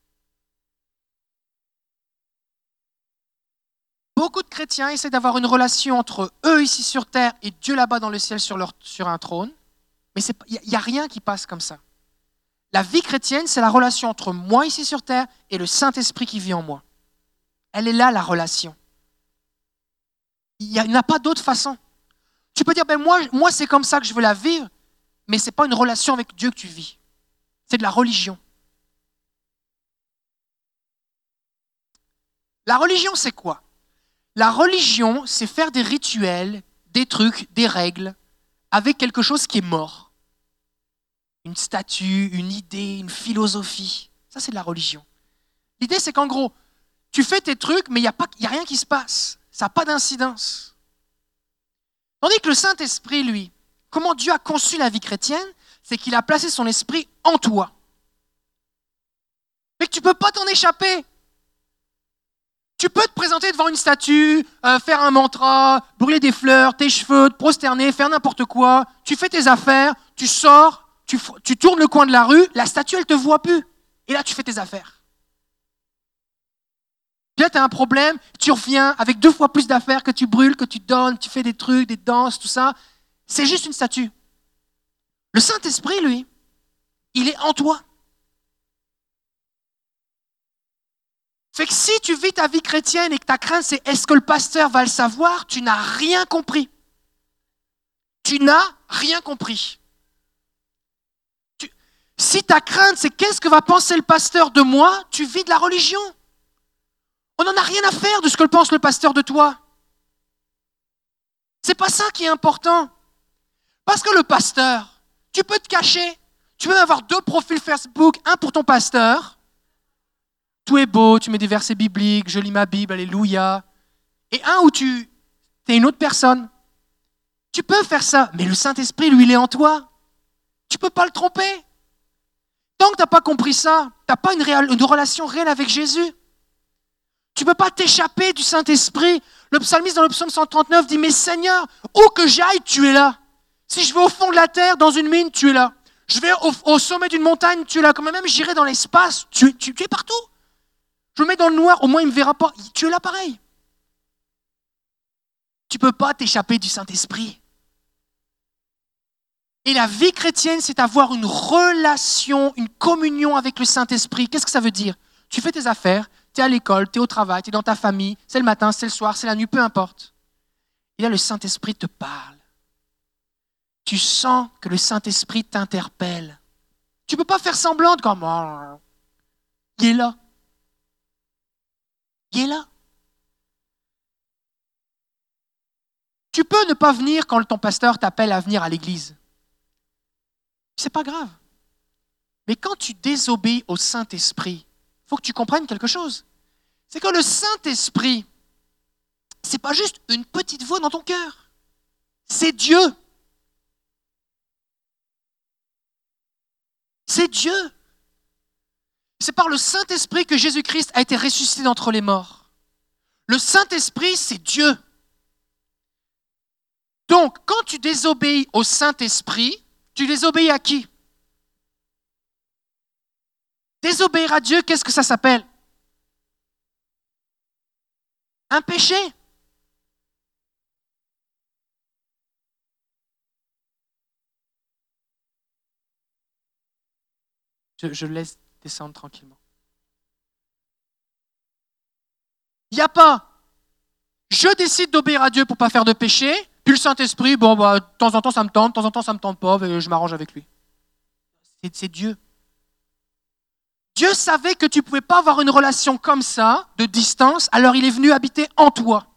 Speaker 1: Beaucoup de chrétiens essaient d'avoir une relation entre eux ici sur terre et Dieu là-bas dans le ciel sur, leur, sur un trône. Mais il n'y a, a rien qui passe comme ça. La vie chrétienne, c'est la relation entre moi ici sur terre et le Saint-Esprit qui vit en moi. Elle est là, la relation. Il n'y a, a pas d'autre façon. Tu peux dire, ben moi, moi c'est comme ça que je veux la vivre, mais ce n'est pas une relation avec Dieu que tu vis. C'est de la religion. La religion, c'est quoi? La religion, c'est faire des rituels, des trucs, des règles, avec quelque chose qui est mort. Une statue, une idée, une philosophie. Ça, c'est de la religion. L'idée, c'est qu'en gros, tu fais tes trucs, mais il n'y a, a rien qui se passe. Ça n'a pas d'incidence. Tandis que le Saint-Esprit, lui, comment Dieu a conçu la vie chrétienne, c'est qu'il a placé son esprit en toi. Mais que tu ne peux pas t'en échapper. Tu peux te présenter devant une statue, euh, faire un mantra, brûler des fleurs, tes cheveux, te prosterner, faire n'importe quoi. Tu fais tes affaires, tu sors, tu, tu tournes le coin de la rue, la statue, elle ne te voit plus. Et là, tu fais tes affaires. Puis là, tu as un problème, tu reviens avec deux fois plus d'affaires que tu brûles, que tu donnes, tu fais des trucs, des danses, tout ça. C'est juste une statue. Le Saint-Esprit, lui, il est en toi. Fait que si tu vis ta vie chrétienne et que ta crainte, c'est est-ce que le pasteur va le savoir, tu n'as rien compris. Tu n'as rien compris. Tu... Si ta crainte, c'est qu'est-ce que va penser le pasteur de moi, tu vis de la religion. On n'en a rien à faire de ce que pense le pasteur de toi. C'est pas ça qui est important. Parce que le pasteur, tu peux te cacher. Tu peux avoir deux profils Facebook, un pour ton pasteur. Tout est beau, tu mets des versets bibliques, je lis ma Bible, alléluia. Et un où tu es une autre personne. Tu peux faire ça, mais le Saint-Esprit, lui, il est en toi. Tu ne peux pas le tromper. Tant que tu n'as pas compris ça, tu n'as pas une, réelle, une relation réelle avec Jésus. Tu ne peux pas t'échapper du Saint-Esprit. Le psalmiste dans le psaume cent trente-neuf dit « Mais Seigneur, où que j'aille, tu es là. Si je vais au fond de la terre, dans une mine, tu es là. Je vais au, au sommet d'une montagne, tu es là. Quand même, j'irai dans l'espace, tu, tu, tu es partout. Je me mets dans le noir, au moins il ne me verra pas. Tu es là pareil. Tu ne peux pas t'échapper du Saint-Esprit. Et la vie chrétienne, c'est avoir une relation, une communion avec le Saint-Esprit. Qu'est-ce que ça veut dire? Tu fais tes affaires, tu es à l'école, tu es au travail, tu es dans ta famille, c'est le matin, c'est le soir, c'est la nuit, peu importe. Et là, le Saint-Esprit te parle. Tu sens que le Saint-Esprit t'interpelle. Tu ne peux pas faire semblant de comme oh, il est là. Il est là. Tu peux ne pas venir quand ton pasteur t'appelle à venir à l'église. C'est pas grave. Mais quand tu désobéis au Saint-Esprit, il faut que tu comprennes quelque chose. c'est que le Saint-Esprit, c'est pas juste une petite voix dans ton cœur. C'est Dieu. C'est Dieu. C'est par le Saint-Esprit que Jésus-Christ a été ressuscité d'entre les morts. Le Saint-Esprit, c'est Dieu. Donc, quand tu désobéis au Saint-Esprit, tu désobéis à qui? Désobéir à Dieu, qu'est-ce que ça s'appelle? Un péché. Je, je laisse descendre tranquillement. Il n'y a pas. Je décide d'obéir à Dieu pour ne pas faire de péché, puis le Saint-Esprit, bon, bah, de temps en temps ça me tente, de temps en temps ça ne me tente pas, et je m'arrange avec lui. C'est, c'est Dieu. Dieu savait que tu ne pouvais pas avoir une relation comme ça, de distance, alors il est venu habiter en toi.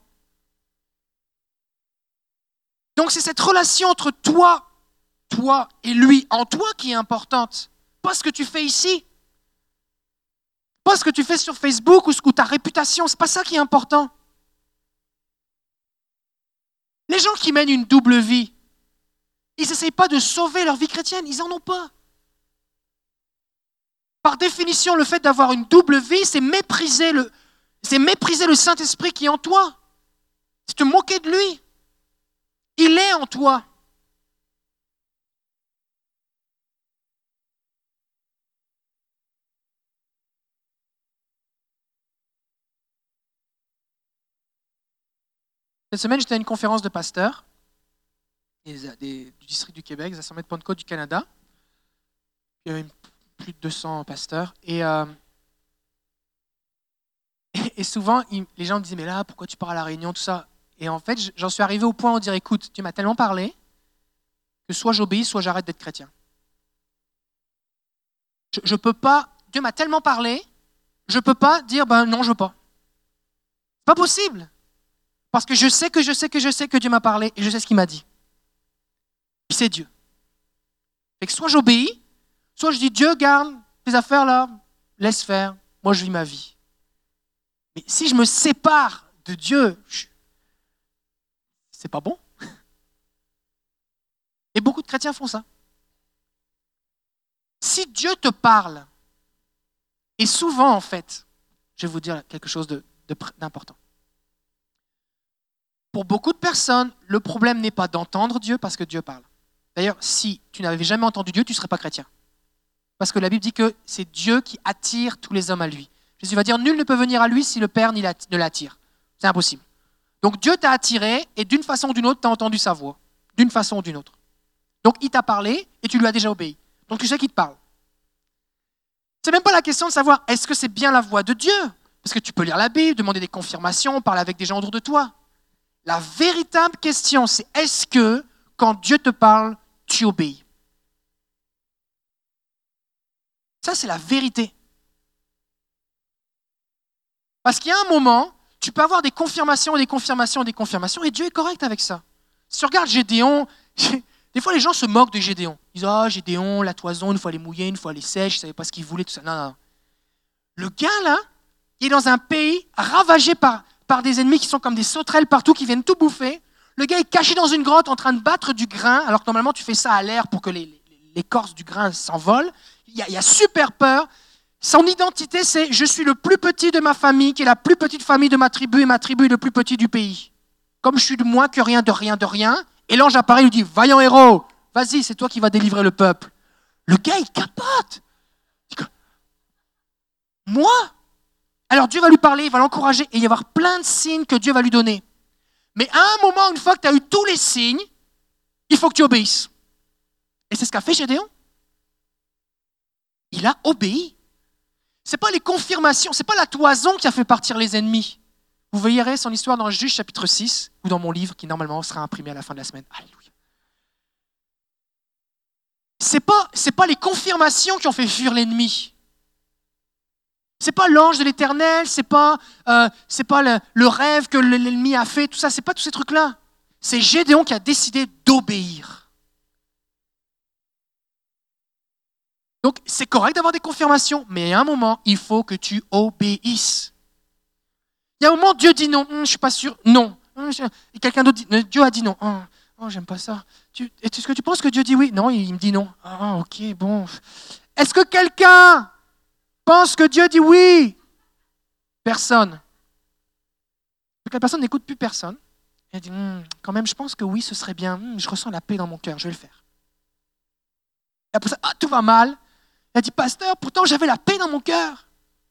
Speaker 1: Donc c'est cette relation entre toi, toi et lui, en toi qui est importante. Pas ce que tu fais ici. Pas ce que tu fais sur Facebook ou, ou ta réputation, c'est pas ça qui est important. Les gens qui mènent une double vie, ils n'essayent pas de sauver leur vie chrétienne, ils n'en ont pas. Par définition, le fait d'avoir une double vie, c'est mépriser le, c'est mépriser le Saint-Esprit qui est en toi. C'est te moquer de lui. Il est en toi. Cette semaine, j'étais à une conférence de pasteurs des, des, du district du Québec, des assemblées de Pentecôte du Canada. Il y avait plus de deux cents pasteurs. Et, euh, et, et souvent, il, les gens me disaient, mais là, pourquoi tu pars à la réunion, tout ça? Et en fait, j'en suis arrivé au point où dire, écoute, tu m'as tellement parlé que soit j'obéis, soit j'arrête d'être chrétien. Je, je peux pas, Dieu m'a tellement parlé, je ne peux pas dire, ben non, je veux pas. C'est pas possible. Parce que je sais que je sais que je sais que Dieu m'a parlé et je sais ce qu'il m'a dit. Puis c'est Dieu. Fait que soit j'obéis, soit je dis Dieu, garde tes affaires là, laisse faire, moi je vis ma vie. Mais si je me sépare de Dieu, je... c'est pas bon. Et beaucoup de chrétiens font ça. Si Dieu te parle, et souvent en fait, je vais vous dire quelque chose de, de, d'important. Pour beaucoup de personnes, le problème n'est pas d'entendre Dieu parce que Dieu parle. D'ailleurs, si tu n'avais jamais entendu Dieu, tu ne serais pas chrétien. Parce que la Bible dit que c'est Dieu qui attire tous les hommes à lui. Jésus va dire, nul ne peut venir à lui si le Père ne l'attire. C'est impossible. Donc Dieu t'a attiré et d'une façon ou d'une autre, tu as entendu sa voix. D'une façon ou d'une autre. Donc il t'a parlé et tu lui as déjà obéi. Donc tu sais qu'il te parle. C'est même pas la question de savoir est-ce que c'est bien la voix de Dieu. Parce que tu peux lire la Bible, demander des confirmations, parler avec des gens autour de toi. La véritable question, c'est est-ce que, quand Dieu te parle, tu obéis? Ça, c'est la vérité. Parce qu'il y a un moment, tu peux avoir des confirmations, des confirmations, des confirmations, et Dieu est correct avec ça. Si tu regardes Gédéon, des fois les gens se moquent de Gédéon. Ils disent « Ah, oh, Gédéon, la toison, une fois elle est mouillée, une fois elle est sèche, je ne savais pas ce qu'il voulait, tout ça. » Non, non, non. Le gars, là, il est dans un pays ravagé par... par des ennemis qui sont comme des sauterelles partout, qui viennent tout bouffer. Le gars est caché dans une grotte en train de battre du grain, alors que normalement tu fais ça à l'air pour que les, les, l'écorce du grain s'envole. Il a, il a super peur. Son identité, c'est « je suis le plus petit de ma famille, qui est la plus petite famille de ma tribu, et ma tribu est le plus petit du pays. Comme je suis de moins que rien, de rien, de rien. » Et l'ange apparaît et lui dit « vaillant héros, vas-y, c'est toi qui vas délivrer le peuple. » Le gars, il capote. Moi ? Alors Dieu va lui parler, il va l'encourager et il va y avoir plein de signes que Dieu va lui donner. Mais à un moment, une fois que tu as eu tous les signes, il faut que tu obéisses. Et c'est ce qu'a fait Gédéon. Il a obéi. Ce n'est pas les confirmations, ce n'est pas la toison qui a fait partir les ennemis. Vous verrez son histoire dans Juge chapitre six ou dans mon livre qui normalement sera imprimé à la fin de la semaine. Alléluia. Ce n'est pas, c'est pas les confirmations qui ont fait fuir l'ennemi. C'est pas l'ange de l'Éternel, c'est pas, euh, c'est pas le, le rêve que l'ennemi a fait, tout ça, c'est pas tous ces trucs-là. C'est Gédéon qui a décidé d'obéir. Donc, c'est correct d'avoir des confirmations, mais à un moment, il faut que tu obéisses. Il y a un moment, Dieu dit non, hum, je ne suis pas sûr, non. Hum, je... Et quelqu'un d'autre dit, Dieu a dit non. Oh, oh j'aime pas ça. Tu... Est-ce que tu penses que Dieu dit oui? Non, il me dit non. Ah, ok, bon. Est-ce que quelqu'un pense que Dieu dit oui? Personne. Donc la personne n'écoute plus personne. Elle dit, hm, quand même, je pense que oui, ce serait bien. Hm, je ressens la paix dans mon cœur, je vais le faire. Et après ça, ah, tout va mal. Elle dit, pasteur, pourtant j'avais la paix dans mon cœur.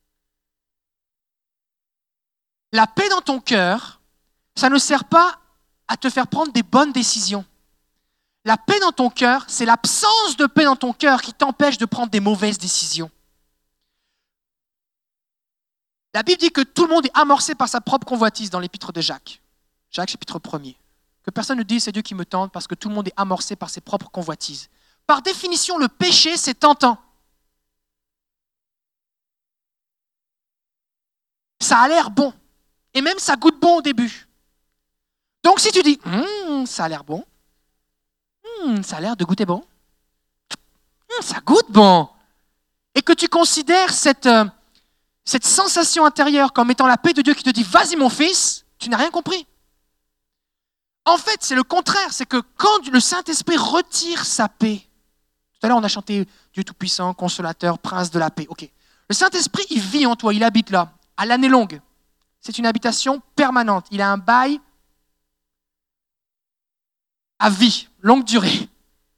Speaker 1: La paix dans ton cœur, ça ne sert pas à te faire prendre des bonnes décisions. La paix dans ton cœur, c'est l'absence de paix dans ton cœur qui t'empêche de prendre des mauvaises décisions. La Bible dit que tout le monde est amorcé par sa propre convoitise dans l'épître de Jacques. Jacques, chapitre premier. Que personne ne dise c'est Dieu qui me tente parce que tout le monde est amorcé par ses propres convoitises. Par définition, le péché, c'est tentant. Ça a l'air bon. Et même ça goûte bon au début. Donc si tu dis, hm, ça a l'air bon, hm, ça a l'air de goûter bon, hm, ça goûte bon, et que tu considères cette, euh, cette sensation intérieure comme étant la paix de Dieu qui te dit, vas-y mon fils, tu n'as rien compris. En fait, c'est le contraire, c'est que quand le Saint-Esprit retire sa paix, tout à l'heure on a chanté Dieu Tout-Puissant, Consolateur, Prince de la paix, ok. Le Saint-Esprit, il vit en toi, il habite là, à l'année longue. C'est une habitation permanente. Il a un bail à vie, longue durée.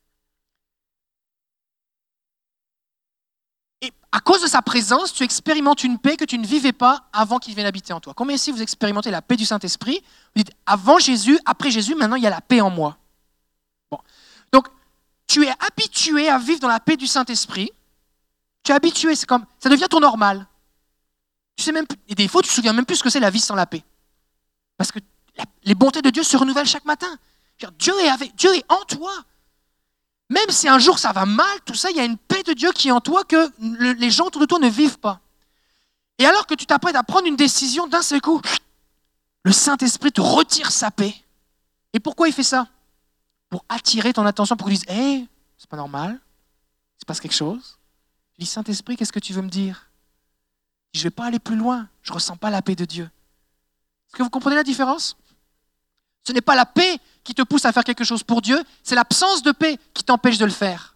Speaker 1: Et à cause de sa présence, tu expérimentes une paix que tu ne vivais pas avant qu'il vienne habiter en toi. Combien ici vous expérimentez la paix du Saint-Esprit? Vous dites, avant Jésus, après Jésus, maintenant il y a la paix en moi. Bon. Donc, tu es habitué à vivre dans la paix du Saint-Esprit. Tu es habitué, c'est comme, ça devient ton normal. Tu sais même plus, et des fois, tu ne te souviens même plus ce que c'est la vie sans la paix. Parce que la, les bontés de Dieu se renouvellent chaque matin. Dieu est, avec, Dieu est en toi. Même si un jour ça va mal, tout ça, il y a une paix de Dieu qui est en toi que le, les gens autour de toi ne vivent pas. Et alors que tu t'apprêtes à prendre une décision, d'un seul coup, le Saint-Esprit te retire sa paix. Et pourquoi il fait ça? Pour attirer ton attention, pour que tu dises, hé, hey, c'est pas normal, il se passe quelque chose. Je dis, Saint-Esprit, qu'est-ce que tu veux me dire? Je ne vais pas aller plus loin, je ne ressens pas la paix de Dieu. Est-ce que vous comprenez la différence? Ce n'est pas la paix qui te pousse à faire quelque chose pour Dieu, c'est l'absence de paix qui t'empêche de le faire.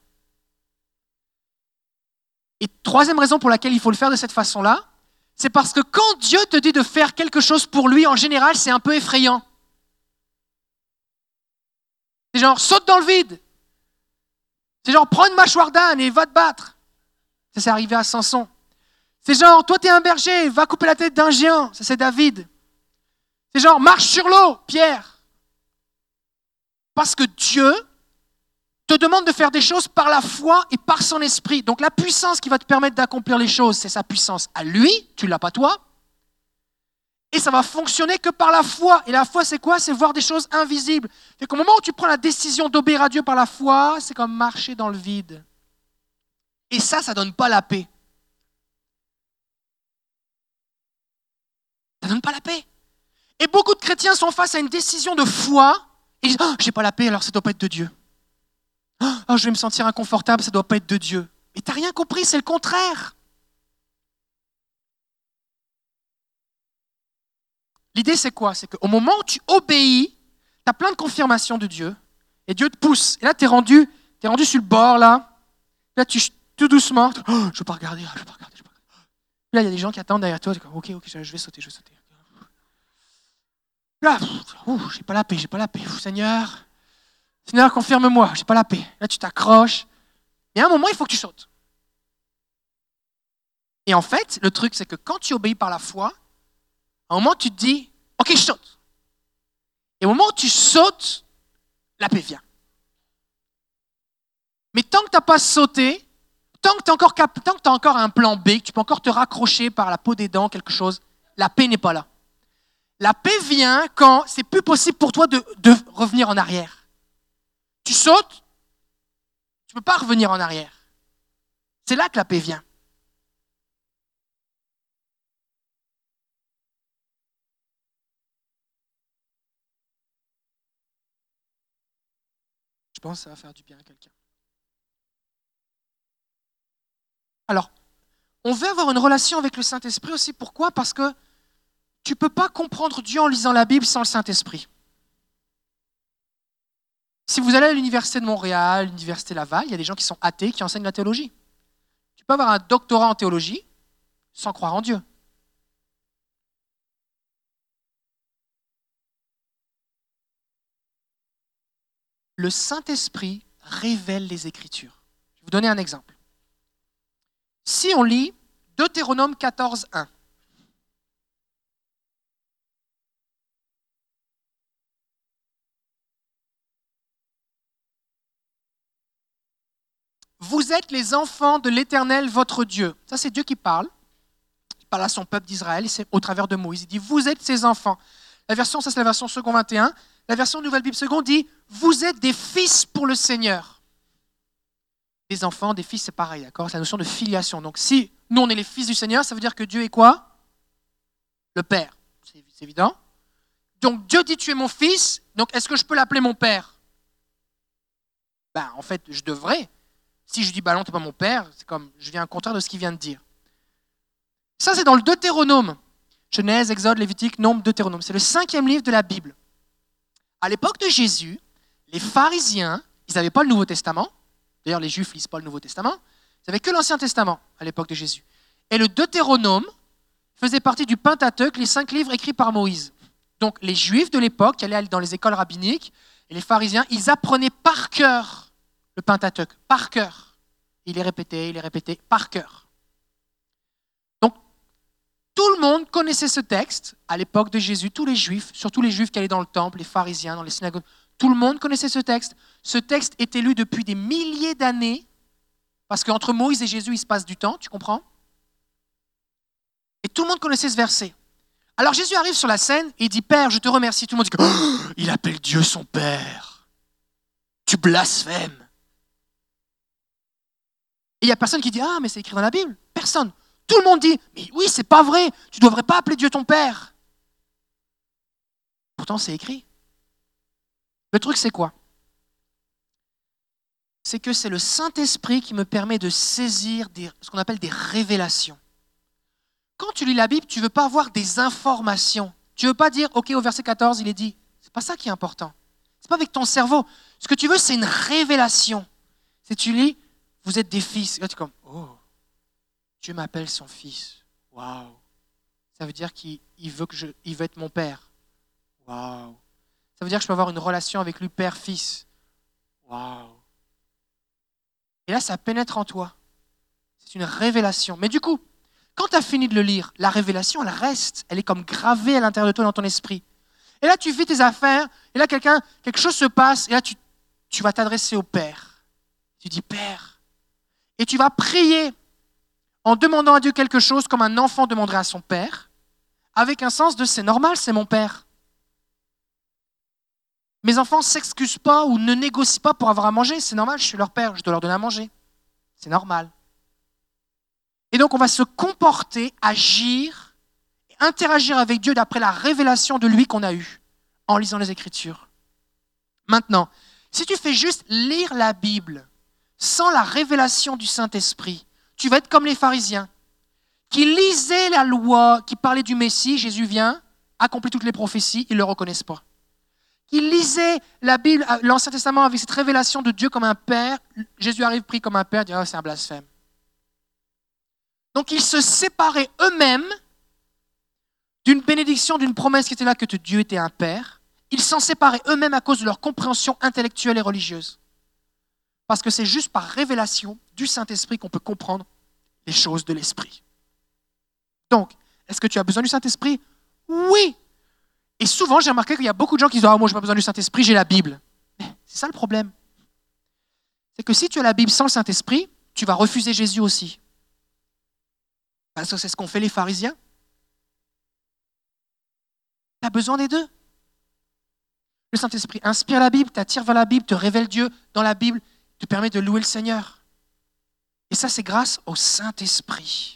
Speaker 1: Et troisième raison pour laquelle il faut le faire de cette façon-là, c'est parce que quand Dieu te dit de faire quelque chose pour lui, en général, c'est un peu effrayant. C'est genre, saute dans le vide. C'est genre, prends une mâchoire d'âne et va te battre. Ça, c'est arrivé à Samson. C'est genre, toi, t'es un berger, va couper la tête d'un géant. Ça, c'est David. C'est genre, marche sur l'eau, Pierre. Parce que Dieu te demande de faire des choses par la foi et par son esprit. Donc la puissance qui va te permettre d'accomplir les choses, c'est sa puissance à lui, tu ne l'as pas toi. Et ça va fonctionner que par la foi. Et la foi, c'est quoi? C'est voir des choses invisibles. Fait qu'au moment où tu prends la décision d'obéir à Dieu par la foi, c'est comme marcher dans le vide. Et ça, ça ne donne pas la paix. Ça ne donne pas la paix. Et beaucoup de chrétiens sont face à une décision de foi et ils disent oh, « j'ai pas la paix, alors ça ne doit pas être de Dieu. Oh, je vais me sentir inconfortable, ça ne doit pas être de Dieu. » Mais tu n'as rien compris, c'est le contraire. L'idée, c'est quoi? C'est qu'au moment où tu obéis, tu as plein de confirmations de Dieu et Dieu te pousse. Et là, tu es rendu, t'es rendu sur le bord, là. Là, tu tout doucement, oh, je ne vais pas regarder, je ne vais pas regarder. Je vais pas regarder. Là, il y a des gens qui attendent derrière toi. Tu dis, ok, ok, je vais sauter, je vais sauter. Là, je n'ai pas la paix, j'ai pas la paix. Seigneur, Seigneur, confirme-moi, j'ai pas la paix. Là, tu t'accroches. Et à un moment, il faut que tu sautes. Et en fait, le truc, c'est que quand tu obéis par la foi, à un moment, tu te dis, ok, je saute. Et au moment où tu sautes, la paix vient. Mais tant que tu n'as pas sauté, tant que tu as encore, tant que tu as encore un plan B, que tu peux encore te raccrocher par la peau des dents, quelque chose, la paix n'est pas là. La paix vient quand c'est plus possible pour toi de, de revenir en arrière. Tu sautes, tu ne peux pas revenir en arrière. C'est là que la paix vient. Je pense que ça va faire du bien à quelqu'un. Alors, on veut avoir une relation avec le Saint-Esprit aussi. Pourquoi? Parce que tu ne peux pas comprendre Dieu en lisant la Bible sans le Saint-Esprit. Si vous allez à l'université de Montréal, à l'université Laval, il y a des gens qui sont athées qui enseignent la théologie. Tu peux avoir un doctorat en théologie sans croire en Dieu. Le Saint-Esprit révèle les Écritures. Je vais vous donner un exemple. Si on lit Deutéronome quatorze, un, vous êtes les enfants de l'Éternel, votre Dieu. Ça, c'est Dieu qui parle. Il parle à son peuple d'Israël, c'est au travers de Moïse. Il dit, vous êtes ses enfants. La version, ça c'est la version Second vingt et un. La version Nouvelle Bible Seconde dit, vous êtes des fils pour le Seigneur. Des enfants, des fils, c'est pareil, d'accord? C'est la notion de filiation. Donc, si nous, on est les fils du Seigneur, ça veut dire que Dieu est quoi? Le Père. C'est, c'est évident. Donc, Dieu dit, tu es mon fils, donc est-ce que je peux l'appeler mon Père? Ben, en fait, je devrais. Si je dis, bah non, t'es pas mon père, c'est comme, je viens au contraire de ce qu'il vient de dire. Ça, c'est dans le Deutéronome. Genèse, Exode, Lévitique, Nombre, Deutéronome. C'est le cinquième livre de la Bible. À l'époque de Jésus, les pharisiens, ils n'avaient pas le Nouveau Testament. D'ailleurs, les Juifs ne lisent pas le Nouveau Testament. Ils n'avaient que l'Ancien Testament à l'époque de Jésus. Et le Deutéronome faisait partie du Pentateuque, les cinq livres écrits par Moïse. Donc, les Juifs de l'époque, qui allaient dans les écoles rabbiniques, et les pharisiens, ils apprenaient par cœur le Pentateuque, par cœur. Il est répété, il est répété, par cœur. Donc, tout le monde connaissait ce texte à l'époque de Jésus, tous les Juifs, surtout les Juifs qui allaient dans le temple, les pharisiens, dans les synagogues, tout le monde connaissait ce texte. Ce texte était lu depuis des milliers d'années, parce qu'entre Moïse et Jésus, il se passe du temps, tu comprends? Et tout le monde connaissait ce verset. Alors Jésus arrive sur la scène et il dit, Père, je te remercie. Tout le monde dit, oh, il appelle Dieu son Père. Tu blasphèmes. Et il n'y a personne qui dit, ah, mais c'est écrit dans la Bible. Personne. Tout le monde dit, mais oui, c'est pas vrai. Tu ne devrais pas appeler Dieu ton Père. Pourtant, c'est écrit. Le truc, c'est quoi? C'est que c'est le Saint-Esprit qui me permet de saisir des, ce qu'on appelle des révélations. Quand tu lis la Bible, tu ne veux pas avoir des informations. Tu ne veux pas dire, ok, au verset quatorze, il est dit. Ce n'est pas ça qui est important. Ce n'est pas avec ton cerveau. Ce que tu veux, c'est une révélation. C'est tu lis, vous êtes des fils. Et là, tu es comme, oh, Dieu m'appelle son fils. Waouh. Ça veut dire qu'il il veut, que je, il veut être mon père. Waouh. Ça veut dire que je peux avoir une relation avec lui, père-fils. Waouh. Et là, ça pénètre en toi. C'est une révélation. Mais du coup, quand tu as fini de le lire, la révélation, elle reste. Elle est comme gravée à l'intérieur de toi, dans ton esprit. Et là, tu vis tes affaires. Et là, quelqu'un, quelque chose se passe. Et là, tu, tu vas t'adresser au Père. Tu dis, Père. Et tu vas prier en demandant à Dieu quelque chose comme un enfant demanderait à son Père, avec un sens de c'est normal, c'est mon Père. Mes enfants ne s'excusent pas ou ne négocient pas pour avoir à manger. C'est normal, je suis leur père, je dois leur donner à manger. C'est normal. Et donc, on va se comporter, agir, interagir avec Dieu d'après la révélation de lui qu'on a eue en lisant les Écritures. Maintenant, si tu fais juste lire la Bible sans la révélation du Saint-Esprit, tu vas être comme les pharisiens qui lisaient la loi, qui parlait du Messie, Jésus vient, accomplit toutes les prophéties, ils ne le reconnaissent pas. Ils lisaient la Bible, l'Ancien Testament avec cette révélation de Dieu comme un père. Jésus arrive pris comme un père, dit oh, c'est un blasphème. Donc ils se séparaient eux-mêmes d'une bénédiction, d'une promesse qui était là que Dieu était un père. Ils s'en séparaient eux-mêmes à cause de leur compréhension intellectuelle et religieuse. Parce que c'est juste par révélation du Saint-Esprit qu'on peut comprendre les choses de l'Esprit. Donc, est-ce que tu as besoin du Saint-Esprit? Oui. Et souvent, j'ai remarqué qu'il y a beaucoup de gens qui disent « Ah, moi, je n'ai pas besoin du Saint-Esprit, j'ai la Bible. » C'est ça le problème. C'est que si tu as la Bible sans le Saint-Esprit, tu vas refuser Jésus aussi. Parce que c'est ce qu'ont fait les pharisiens. Tu as besoin des deux. Le Saint-Esprit inspire la Bible, t'attire vers la Bible, te révèle Dieu dans la Bible, te permet de louer le Seigneur. Et ça, c'est grâce au Saint-Esprit.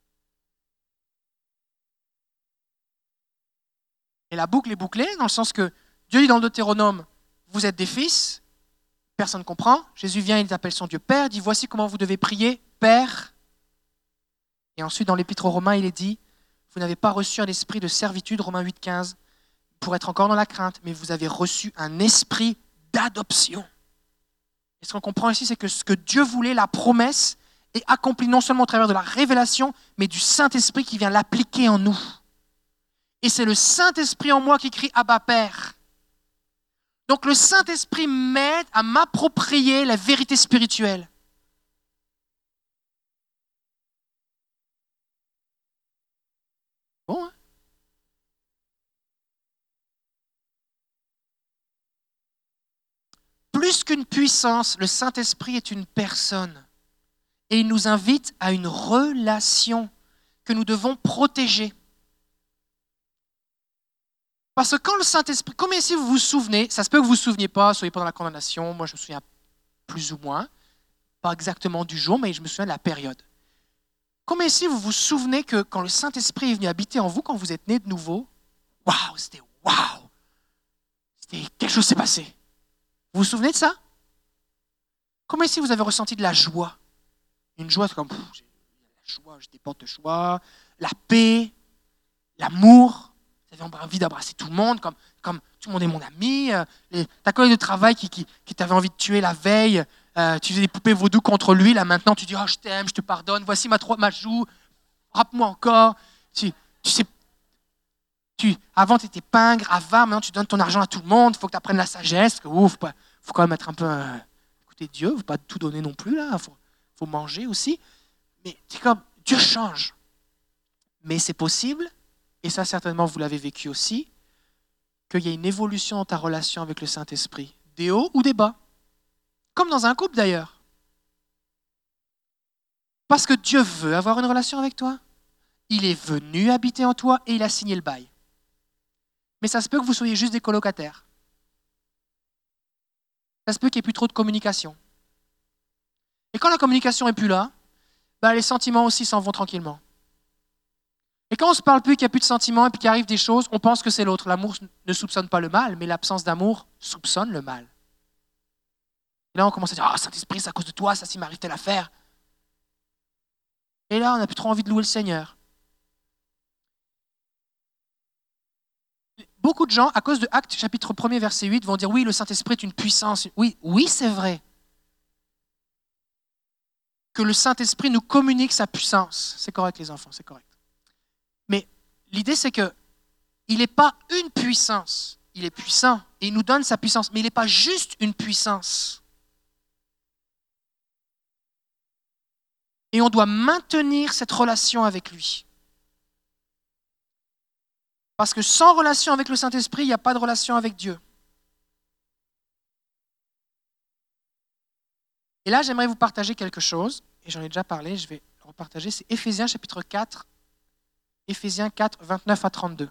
Speaker 1: Et la boucle est bouclée dans le sens que Dieu dit dans le Deutéronome, vous êtes des fils, personne ne comprend. Jésus vient, il appelle son Dieu Père, il dit voici comment vous devez prier, Père. Et ensuite dans l'Épître aux Romains, il est dit, Vous n'avez pas reçu un esprit de servitude, Romains huit, quinze, pour être encore dans la crainte, mais vous avez reçu un esprit d'adoption. Et ce qu'on comprend ici, c'est que ce que Dieu voulait, la promesse, est accomplie non seulement au travers de la révélation, mais du Saint-Esprit qui vient l'appliquer en nous. Et c'est le Saint-Esprit en moi qui crie « Abba, Père ». Donc le Saint-Esprit m'aide à m'approprier la vérité spirituelle. Bon, hein? Plus qu'une puissance, le Saint-Esprit est une personne. Et il nous invite à une relation que nous devons protéger. Parce que quand le Saint-Esprit, comme ici vous vous souvenez, ça se peut que vous ne vous souveniez pas, soyez pas dans la condamnation, moi je me souviens plus ou moins, pas exactement du jour, mais je me souviens de la période. Comme ici vous vous souvenez que quand le Saint-Esprit est venu habiter en vous, quand vous êtes né de nouveau, waouh, c'était waouh, c'était quelque chose s'est passé. Vous vous souvenez de ça? Comme ici vous avez ressenti de la joie, une joie comme pff, j'ai la joie, j'ai des portes de joie, la paix, l'amour. Vous avez envie d'embrasser tout le monde, comme, comme tout le monde est mon ami. Euh, les, ta collègue de travail qui, qui, qui t'avait envie de tuer la veille, euh, tu faisais des poupées vaudou contre lui, là maintenant tu dis « Oh, je t'aime, je te pardonne, voici ma, ma joue, frappe-moi encore. » Tu, tu sais, tu, avant tu étais pingre, avare, maintenant tu donnes ton argent à tout le monde, il faut que tu apprennes la sagesse. Il faut, faut quand même être un peu... Euh, écouter Dieu, il ne faut pas tout donner non plus, là. Il faut, faut manger aussi. Mais c'est comme, Dieu change. Mais c'est possible, et ça certainement vous l'avez vécu aussi, qu'il y ait une évolution dans ta relation avec le Saint-Esprit, des hauts ou des bas, comme dans un couple d'ailleurs. Parce que Dieu veut avoir une relation avec toi, il est venu habiter en toi et il a signé le bail. Mais ça se peut que vous soyez juste des colocataires. Ça se peut qu'il n'y ait plus trop de communication. Et quand la communication n'est plus là, bah les sentiments aussi s'en vont tranquillement. Et quand on ne se parle plus, qu'il n'y a plus de sentiments et puis qu'il arrive des choses, on pense que c'est l'autre. L'amour ne soupçonne pas le mal, mais l'absence d'amour soupçonne le mal. Et là, on commence à dire « Ah, oh, Saint-Esprit, c'est à cause de toi, ça s'il m'arrive telle affaire. » Et là, on n'a plus trop envie de louer le Seigneur. Beaucoup de gens, à cause de Actes chapitre un, verset huit, vont dire « Oui, le Saint-Esprit est une puissance. » Oui, oui, c'est vrai. Que le Saint-Esprit nous communique sa puissance. C'est correct, les enfants, c'est correct. Mais l'idée, c'est qu'il n'est pas une puissance. Il est puissant et il nous donne sa puissance. Mais il n'est pas juste une puissance. Et on doit maintenir cette relation avec lui. Parce que sans relation avec le Saint-Esprit, il n'y a pas de relation avec Dieu. Et là, j'aimerais vous partager quelque chose. Et j'en ai déjà parlé, je vais le repartager. C'est Éphésiens chapitre quatre. Éphésiens quatre, vingt-neuf à trente-deux.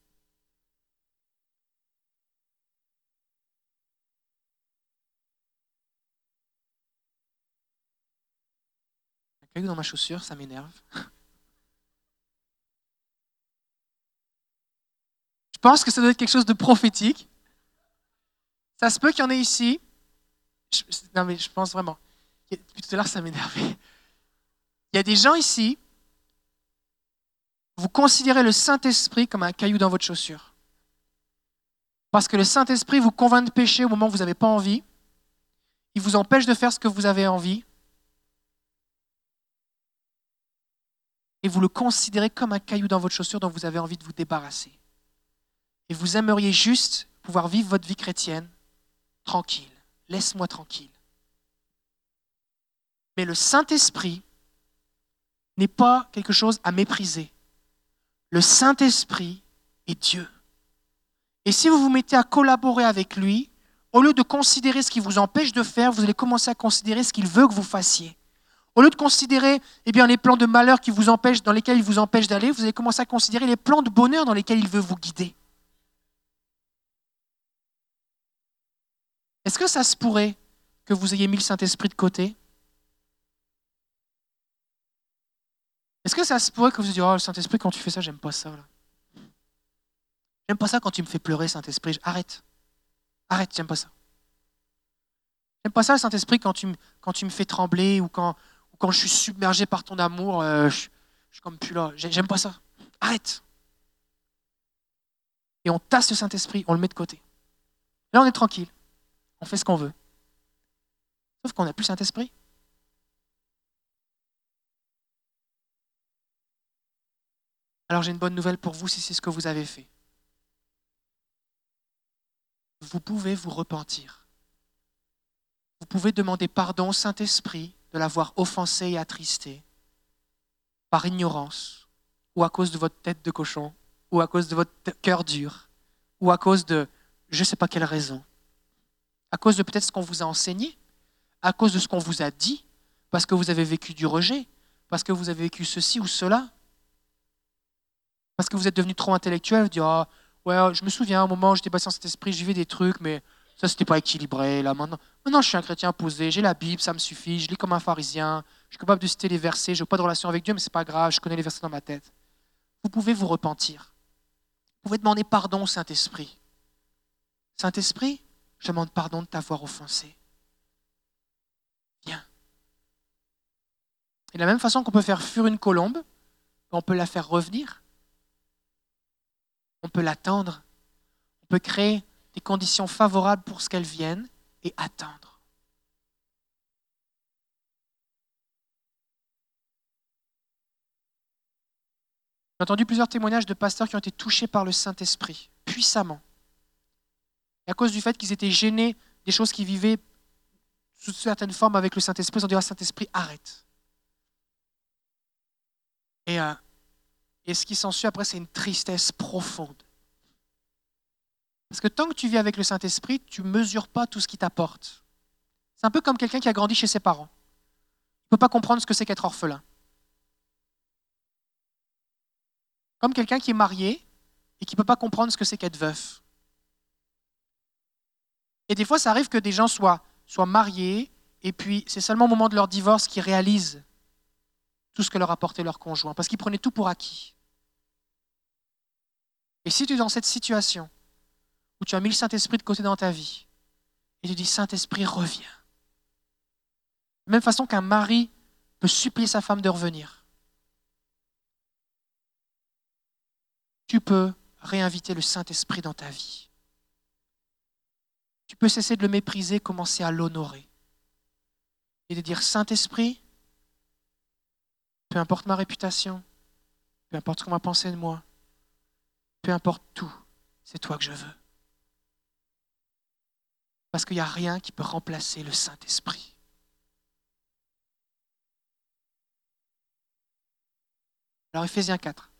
Speaker 1: Un caillou dans ma chaussure, ça m'énerve. Je pense que ça doit être quelque chose de prophétique. Ça se peut qu'il y en ait ici. Je, non, mais je pense vraiment. Depuis tout à l'heure, ça m'énervait. Il y a des gens ici, vous considérez le Saint-Esprit comme un caillou dans votre chaussure. Parce que le Saint-Esprit vous convainc de pécher au moment où vous n'avez pas envie. Il vous empêche de faire ce que vous avez envie. Et vous le considérez comme un caillou dans votre chaussure dont vous avez envie de vous débarrasser. Et vous aimeriez juste pouvoir vivre votre vie chrétienne tranquille. Laisse-moi tranquille. Mais le Saint-Esprit n'est pas quelque chose à mépriser. Le Saint-Esprit est Dieu. Et si vous vous mettez à collaborer avec lui, au lieu de considérer ce qui vous empêche de faire, vous allez commencer à considérer ce qu'il veut que vous fassiez. Au lieu de considérer eh bien, les plans de malheur qui vous empêchent, dans lesquels il vous empêche d'aller, vous allez commencer à considérer les plans de bonheur dans lesquels il veut vous guider. Est-ce que ça se pourrait que vous ayez mis le Saint-Esprit de côté? Est-ce que ça se pourrait que vous vous disiez « Oh, le Saint-Esprit, quand tu fais ça, j'aime pas ça. Là. J'aime pas ça quand tu me fais pleurer, Saint-Esprit. Arrête. Arrête, j'aime pas ça. J'aime pas ça, le Saint-Esprit, quand tu, me, quand tu me fais trembler ou quand, ou quand je suis submergé par ton amour, euh, je, je suis comme plus là. J'aime pas ça. Arrête. Et on tasse le Saint-Esprit, on le met de côté. Là, on est tranquille. On fait ce qu'on veut. Sauf qu'on n'a plus le Saint-Esprit. Alors j'ai une bonne nouvelle pour vous si c'est ce que vous avez fait. Vous pouvez vous repentir. Vous pouvez demander pardon au Saint-Esprit de l'avoir offensé et attristé par ignorance, ou à cause de votre tête de cochon, ou à cause de votre cœur dur, ou à cause de je ne sais pas quelle raison, à cause de peut-être ce qu'on vous a enseigné, à cause de ce qu'on vous a dit, parce que vous avez vécu du rejet, parce que vous avez vécu ceci ou cela, parce que vous êtes devenu trop intellectuel, vous dites ah, ouais, je me souviens, au moment où j'étais passé dans cet esprit, j'ai vu des trucs, mais ça, c'était pas équilibré. Là, maintenant, maintenant, je suis un chrétien posé, j'ai la Bible, ça me suffit, je lis comme un pharisien, je suis capable de citer les versets, je n'ai pas de relation avec Dieu, mais c'est pas grave, je connais les versets dans ma tête. Vous pouvez vous repentir. Vous pouvez demander pardon au Saint-Esprit. Saint-Esprit, je demande pardon de t'avoir offensé. Viens. Et de la même façon qu'on peut faire fuir une colombe, on peut la faire revenir. On peut l'attendre. On peut créer des conditions favorables pour ce qu'elle vienne et attendre. J'ai entendu plusieurs témoignages de pasteurs qui ont été touchés par le Saint-Esprit, puissamment. Et à cause du fait qu'ils étaient gênés des choses qu'ils vivaient sous certaines formes avec le Saint-Esprit, ils ont dit à Saint-Esprit, arrête. Et, euh, et ce qui s'ensuit après, c'est une tristesse profonde. Parce que tant que tu vis avec le Saint-Esprit, tu ne mesures pas tout ce qu'il t'apporte. C'est un peu comme quelqu'un qui a grandi chez ses parents. Il ne peut pas comprendre ce que c'est qu'être orphelin. Comme quelqu'un qui est marié et qui ne peut pas comprendre ce que c'est qu'être veuf. Et des fois, ça arrive que des gens soient, soient mariés et puis c'est seulement au moment de leur divorce qu'ils réalisent tout ce que leur apportait leur conjoint, parce qu'ils prenaient tout pour acquis. Et si tu es dans cette situation où tu as mis le Saint-Esprit de côté dans ta vie, et tu dis, Saint-Esprit, reviens. De la même façon qu'un mari peut supplier sa femme de revenir, tu peux réinviter le Saint-Esprit dans ta vie. Tu peux cesser de le mépriser, commencer à l'honorer. Et de dire, Saint-Esprit, peu importe ma réputation, peu importe ce qu'on va penser de moi, peu importe tout, c'est toi que je veux. Parce qu'il n'y a rien qui peut remplacer le Saint-Esprit. Alors Éphésiens quatre.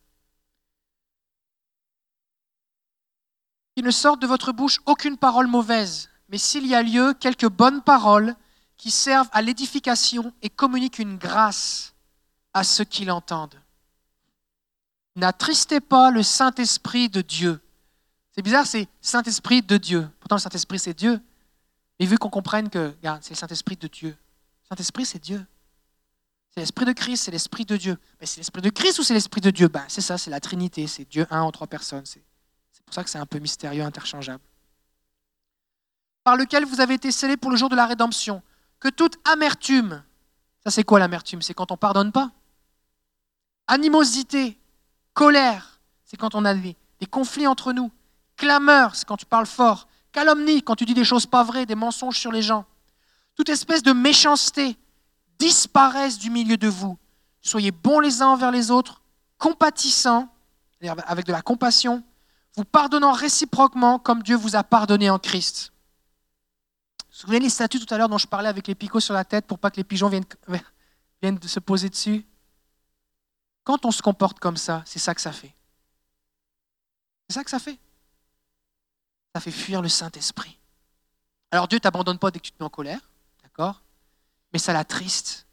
Speaker 1: Qu'il ne sorte de votre bouche aucune parole mauvaise, mais s'il y a lieu, quelques bonnes paroles qui servent à l'édification et communiquent une grâce à ceux qui l'entendent. N'attristez pas le Saint-Esprit de Dieu. C'est bizarre, c'est Saint-Esprit de Dieu. Pourtant, le Saint-Esprit, c'est Dieu. Mais vu qu'on comprenne que, regarde, c'est le Saint-Esprit de Dieu. Le Saint-Esprit, c'est Dieu. C'est l'Esprit de Christ, c'est l'Esprit de Dieu. Mais c'est l'Esprit de Christ ou c'est l'Esprit de Dieu? Ben, c'est ça, c'est la Trinité, c'est Dieu un en trois personnes. C'est, c'est pour ça que c'est un peu mystérieux, interchangeable. Par lequel vous avez été scellés pour le jour de la rédemption. Que toute amertume, ça c'est quoi l'amertume? C'est quand on ne pardonne pas. Animosité, colère, c'est quand on a des, des conflits entre nous. Clameur, c'est quand tu parles fort. Calomnie, quand tu dis des choses pas vraies, des mensonges sur les gens. Toute espèce de méchanceté disparaisse du milieu de vous. Soyez bons les uns envers les autres, compatissants, avec de la compassion, vous pardonnant réciproquement comme Dieu vous a pardonné en Christ. Vous vous souvenez les statues tout à l'heure dont je parlais avec les picots sur la tête pour pas que les pigeons viennent, viennent se poser dessus? Quand on se comporte comme ça, c'est ça que ça fait. C'est ça que ça fait. Ça fait fuir le Saint-Esprit. Alors Dieu ne t'abandonne pas dès que tu te mets en colère, d'accord? Mais ça l'attriste.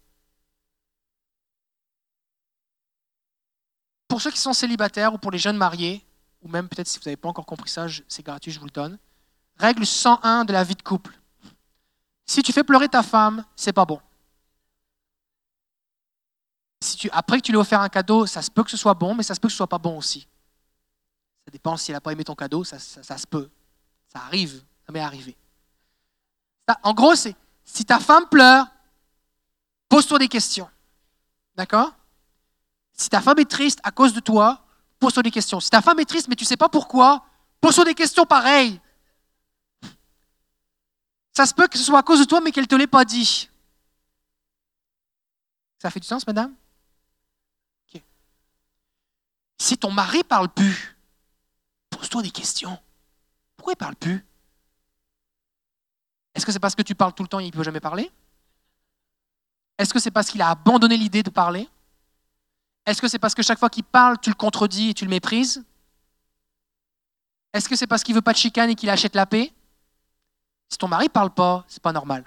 Speaker 1: Pour ceux qui sont célibataires ou pour les jeunes mariés, ou même peut-être si vous n'avez pas encore compris ça, c'est gratuit, je vous le donne. Règle cent un de la vie de couple. Si tu fais pleurer ta femme, c'est pas bon. Si tu, après que tu lui as offert un cadeau, ça se peut que ce soit bon, mais ça se peut que ce soit pas bon aussi. Ça dépend si elle n'a pas aimé ton cadeau, ça, ça, ça se peut. Ça arrive, ça m'est arrivé. Ça, en gros, c'est si ta femme pleure, pose-toi des questions. D'accord? Si ta femme est triste à cause de toi, pose-toi des questions. Si ta femme est triste, mais tu ne sais pas pourquoi, pose-toi des questions pareilles. Ça se peut que ce soit à cause de toi, mais qu'elle ne te l'ait pas dit. Ça fait du sens, madame? Okay. Si ton mari ne parle plus, pose-toi des questions. Pourquoi il ne parle plus? Est-ce que c'est parce que tu parles tout le temps et il ne peut jamais parler? Est-ce que c'est parce qu'il a abandonné l'idée de parler? Est-ce que c'est parce que chaque fois qu'il parle, tu le contredis et tu le méprises? Est-ce que c'est parce qu'il ne veut pas de chicane et qu'il achète la paix? Si ton mari ne parle pas, c'est pas normal.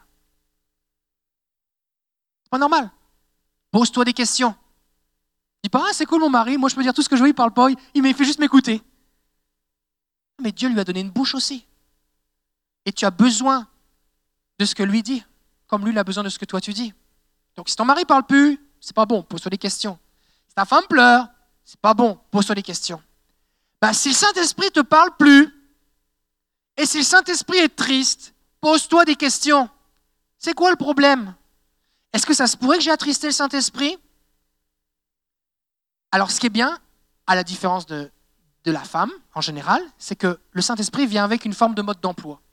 Speaker 1: C'est pas normal. Pose-toi des questions. Dis pas, ah, c'est cool mon mari, moi je peux dire tout ce que je veux, il ne parle pas, il me fait juste m'écouter. Mais Dieu lui a donné une bouche aussi. Et tu as besoin de ce que lui dit, comme lui il a besoin de ce que toi tu dis. Donc si ton mari ne parle plus, c'est pas bon, pose-toi des questions. Si ta femme pleure, c'est pas bon, pose-toi des questions. Ben, si le Saint-Esprit ne te parle plus, et si le Saint-Esprit est triste, pose-toi des questions. C'est quoi le problème? Est-ce que ça se pourrait que j'ai attristé le Saint-Esprit? Alors ce qui est bien, à la différence de, de la femme en général, c'est que le Saint-Esprit vient avec une forme de mode d'emploi.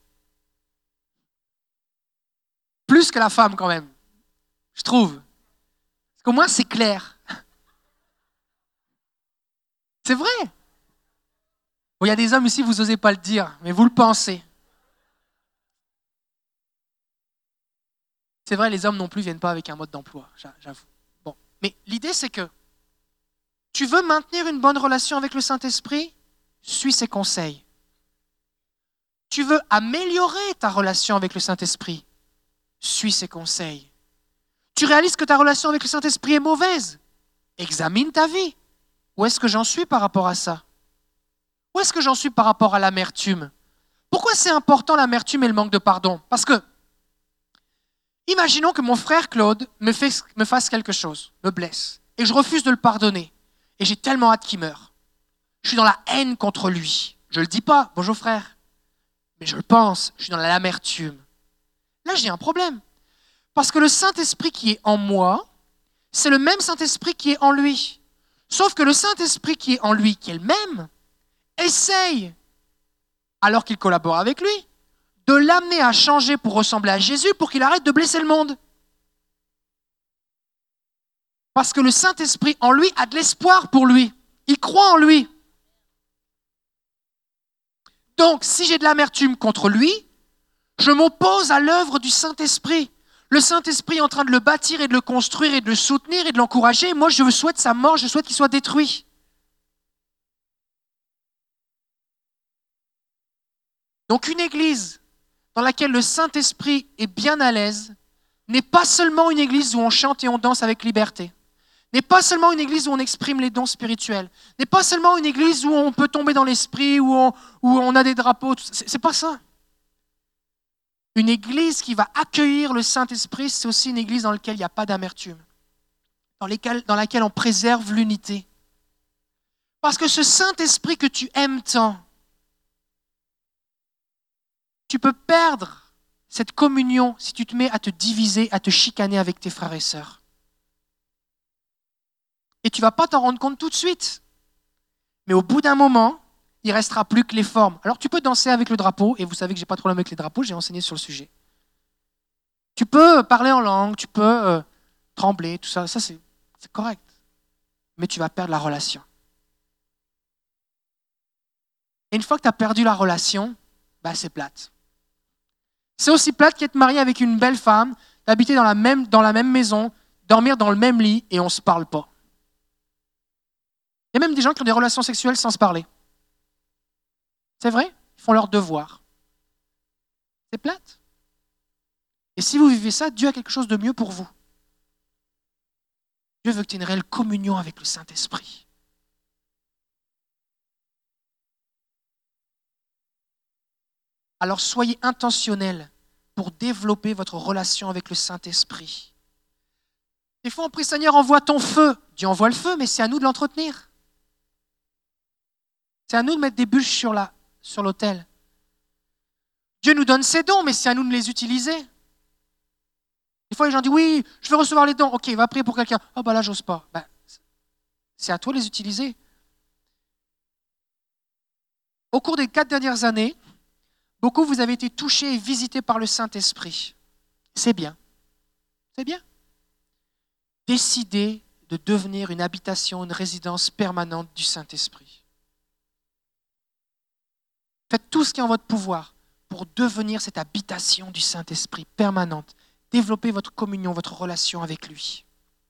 Speaker 1: Plus que la femme quand même, je trouve. Parce qu'au moins c'est clair. C'est vrai. Bon, il y a des hommes ici, vous n'osez pas le dire, mais vous le pensez. C'est vrai, les hommes non plus ne viennent pas avec un mode d'emploi, j'avoue. Bon. Mais l'idée, c'est que tu veux maintenir une bonne relation avec le Saint-Esprit, suis ses conseils. Tu veux améliorer ta relation avec le Saint-Esprit, suis ses conseils. Tu réalises que ta relation avec le Saint-Esprit est mauvaise, examine ta vie. Où est-ce que j'en suis par rapport à ça? Où est-ce que j'en suis par rapport à l'amertume? Pourquoi c'est important l'amertume et le manque de pardon? Parce que, imaginons que mon frère Claude me, fait, me fasse quelque chose, me blesse, et je refuse de le pardonner, et j'ai tellement hâte qu'il meure. Je suis dans la haine contre lui. Je ne le dis pas, bonjour frère, mais je le pense, je suis dans l'amertume. Là, j'ai un problème. Parce que le Saint-Esprit qui est en moi, c'est le même Saint-Esprit qui est en lui. Sauf que le Saint-Esprit qui est en lui, qui est le même, essaye, alors qu'il collabore avec lui, de l'amener à changer pour ressembler à Jésus, pour qu'il arrête de blesser le monde. Parce que le Saint-Esprit en lui a de l'espoir pour lui. Il croit en lui. Donc, si j'ai de l'amertume contre lui, je m'oppose à l'œuvre du Saint-Esprit. Le Saint-Esprit est en train de le bâtir et de le construire et de le soutenir et de l'encourager. Moi, je souhaite sa mort, je souhaite qu'il soit détruit. Donc, une église dans laquelle le Saint-Esprit est bien à l'aise n'est pas seulement une église où on chante et on danse avec liberté, n'est pas seulement une église où on exprime les dons spirituels, n'est pas seulement une église où on peut tomber dans l'esprit, où on, où on a des drapeaux. C'est, c'est pas ça. Une église qui va accueillir le Saint-Esprit, c'est aussi une église dans laquelle il n'y a pas d'amertume, dans, lesquelles, dans laquelle on préserve l'unité. Parce que ce Saint-Esprit que tu aimes tant, tu peux perdre cette communion si tu te mets à te diviser, à te chicaner avec tes frères et sœurs. Et tu ne vas pas t'en rendre compte tout de suite. Mais au bout d'un moment, il ne restera plus que les formes. Alors tu peux danser avec le drapeau, et vous savez que je n'ai pas de problème avec les drapeaux, j'ai enseigné sur le sujet. Tu peux parler en langue, tu peux euh, trembler, tout ça, ça c'est, c'est correct. Mais tu vas perdre la relation. Et une fois que tu as perdu la relation, bah, c'est plate. C'est aussi plate qu'être marié avec une belle femme, d'habiter dans la même, dans la même maison, dormir dans le même lit et on ne se parle pas. Il y a même des gens qui ont des relations sexuelles sans se parler. C'est vrai, ils font leur devoir. C'est plate. Et si vous vivez ça, Dieu a quelque chose de mieux pour vous. Dieu veut que tu aies une réelle communion avec le Saint-Esprit. Alors soyez intentionnels pour développer votre relation avec le Saint-Esprit. Des fois on prie, Seigneur, envoie ton feu. Dieu envoie le feu, mais c'est à nous de l'entretenir. C'est à nous de mettre des bûches sur, la, sur l'autel. Dieu nous donne ses dons, mais c'est à nous de les utiliser. Des fois les gens disent, oui, je veux recevoir les dons. Ok, va prier pour quelqu'un. Oh bah là, j'ose pas. Ben, c'est à toi de les utiliser. Au cours des quatre dernières années, beaucoup vous avez été touchés et visités par le Saint-Esprit. C'est bien. C'est bien. Décidez de devenir une habitation, une résidence permanente du Saint-Esprit. Faites tout ce qui est en votre pouvoir pour devenir cette habitation du Saint-Esprit permanente. Développez votre communion, votre relation avec lui.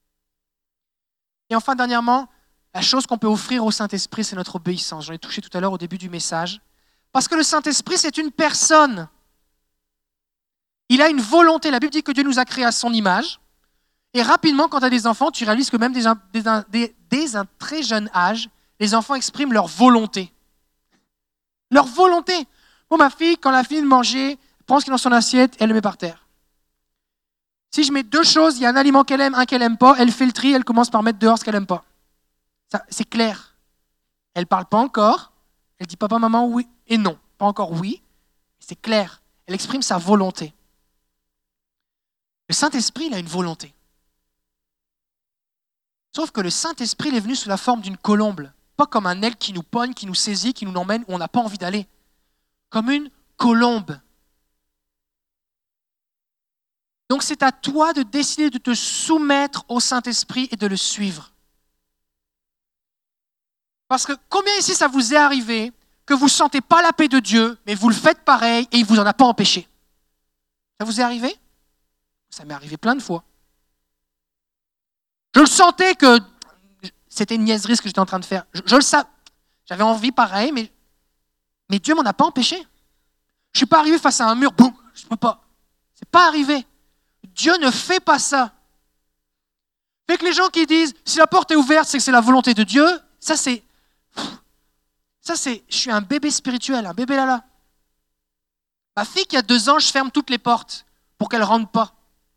Speaker 1: Et enfin, dernièrement, la chose qu'on peut offrir au Saint-Esprit, c'est notre obéissance. J'en ai touché tout à l'heure au début du message. Parce que le Saint-Esprit, c'est une personne. Il a une volonté. La Bible dit que Dieu nous a créés à son image. Et rapidement, quand tu as des enfants, tu réalises que même dès un, dès un, dès, dès un très jeune âge, les enfants expriment leur volonté. Leur volonté. Bon, ma fille, quand elle a fini de manger, prend ce qui est dans son assiette et elle le met par terre. Si je mets deux choses, il y a un aliment qu'elle aime, un qu'elle n'aime pas, elle fait le tri, elle commence par mettre dehors ce qu'elle n'aime pas. Ça, c'est clair. Elle ne parle pas encore. Elle dit papa, maman, oui et non. Pas encore oui. C'est clair. Elle exprime sa volonté. Le Saint-Esprit, il a une volonté. Sauf que le Saint-Esprit, il est venu sous la forme d'une colombe. Pas comme un aigle qui nous pogne, qui nous saisit, qui nous emmène où on n'a pas envie d'aller. Comme une colombe. Donc c'est à toi de décider de te soumettre au Saint-Esprit et de le suivre. Parce que combien ici ça vous est arrivé que vous ne sentez pas la paix de Dieu, mais vous le faites pareil et il ne vous en a pas empêché? Ça vous est arrivé? Ça m'est arrivé plein de fois. Je le sentais que c'était une niaiserie ce que j'étais en train de faire. Je, je le savais. J'avais envie pareil, mais, mais Dieu ne m'en a pas empêché. Je ne suis pas arrivé face à un mur, boum, je ne peux pas. Ce n'est pas arrivé. Dieu ne fait pas ça. Fait que les gens qui disent, si la porte est ouverte, c'est que c'est la volonté de Dieu, ça c'est, ça c'est, je suis un bébé spirituel, un bébé lala. Ma fille qui a deux ans, je ferme toutes les portes pour qu'elle ne rentre pas.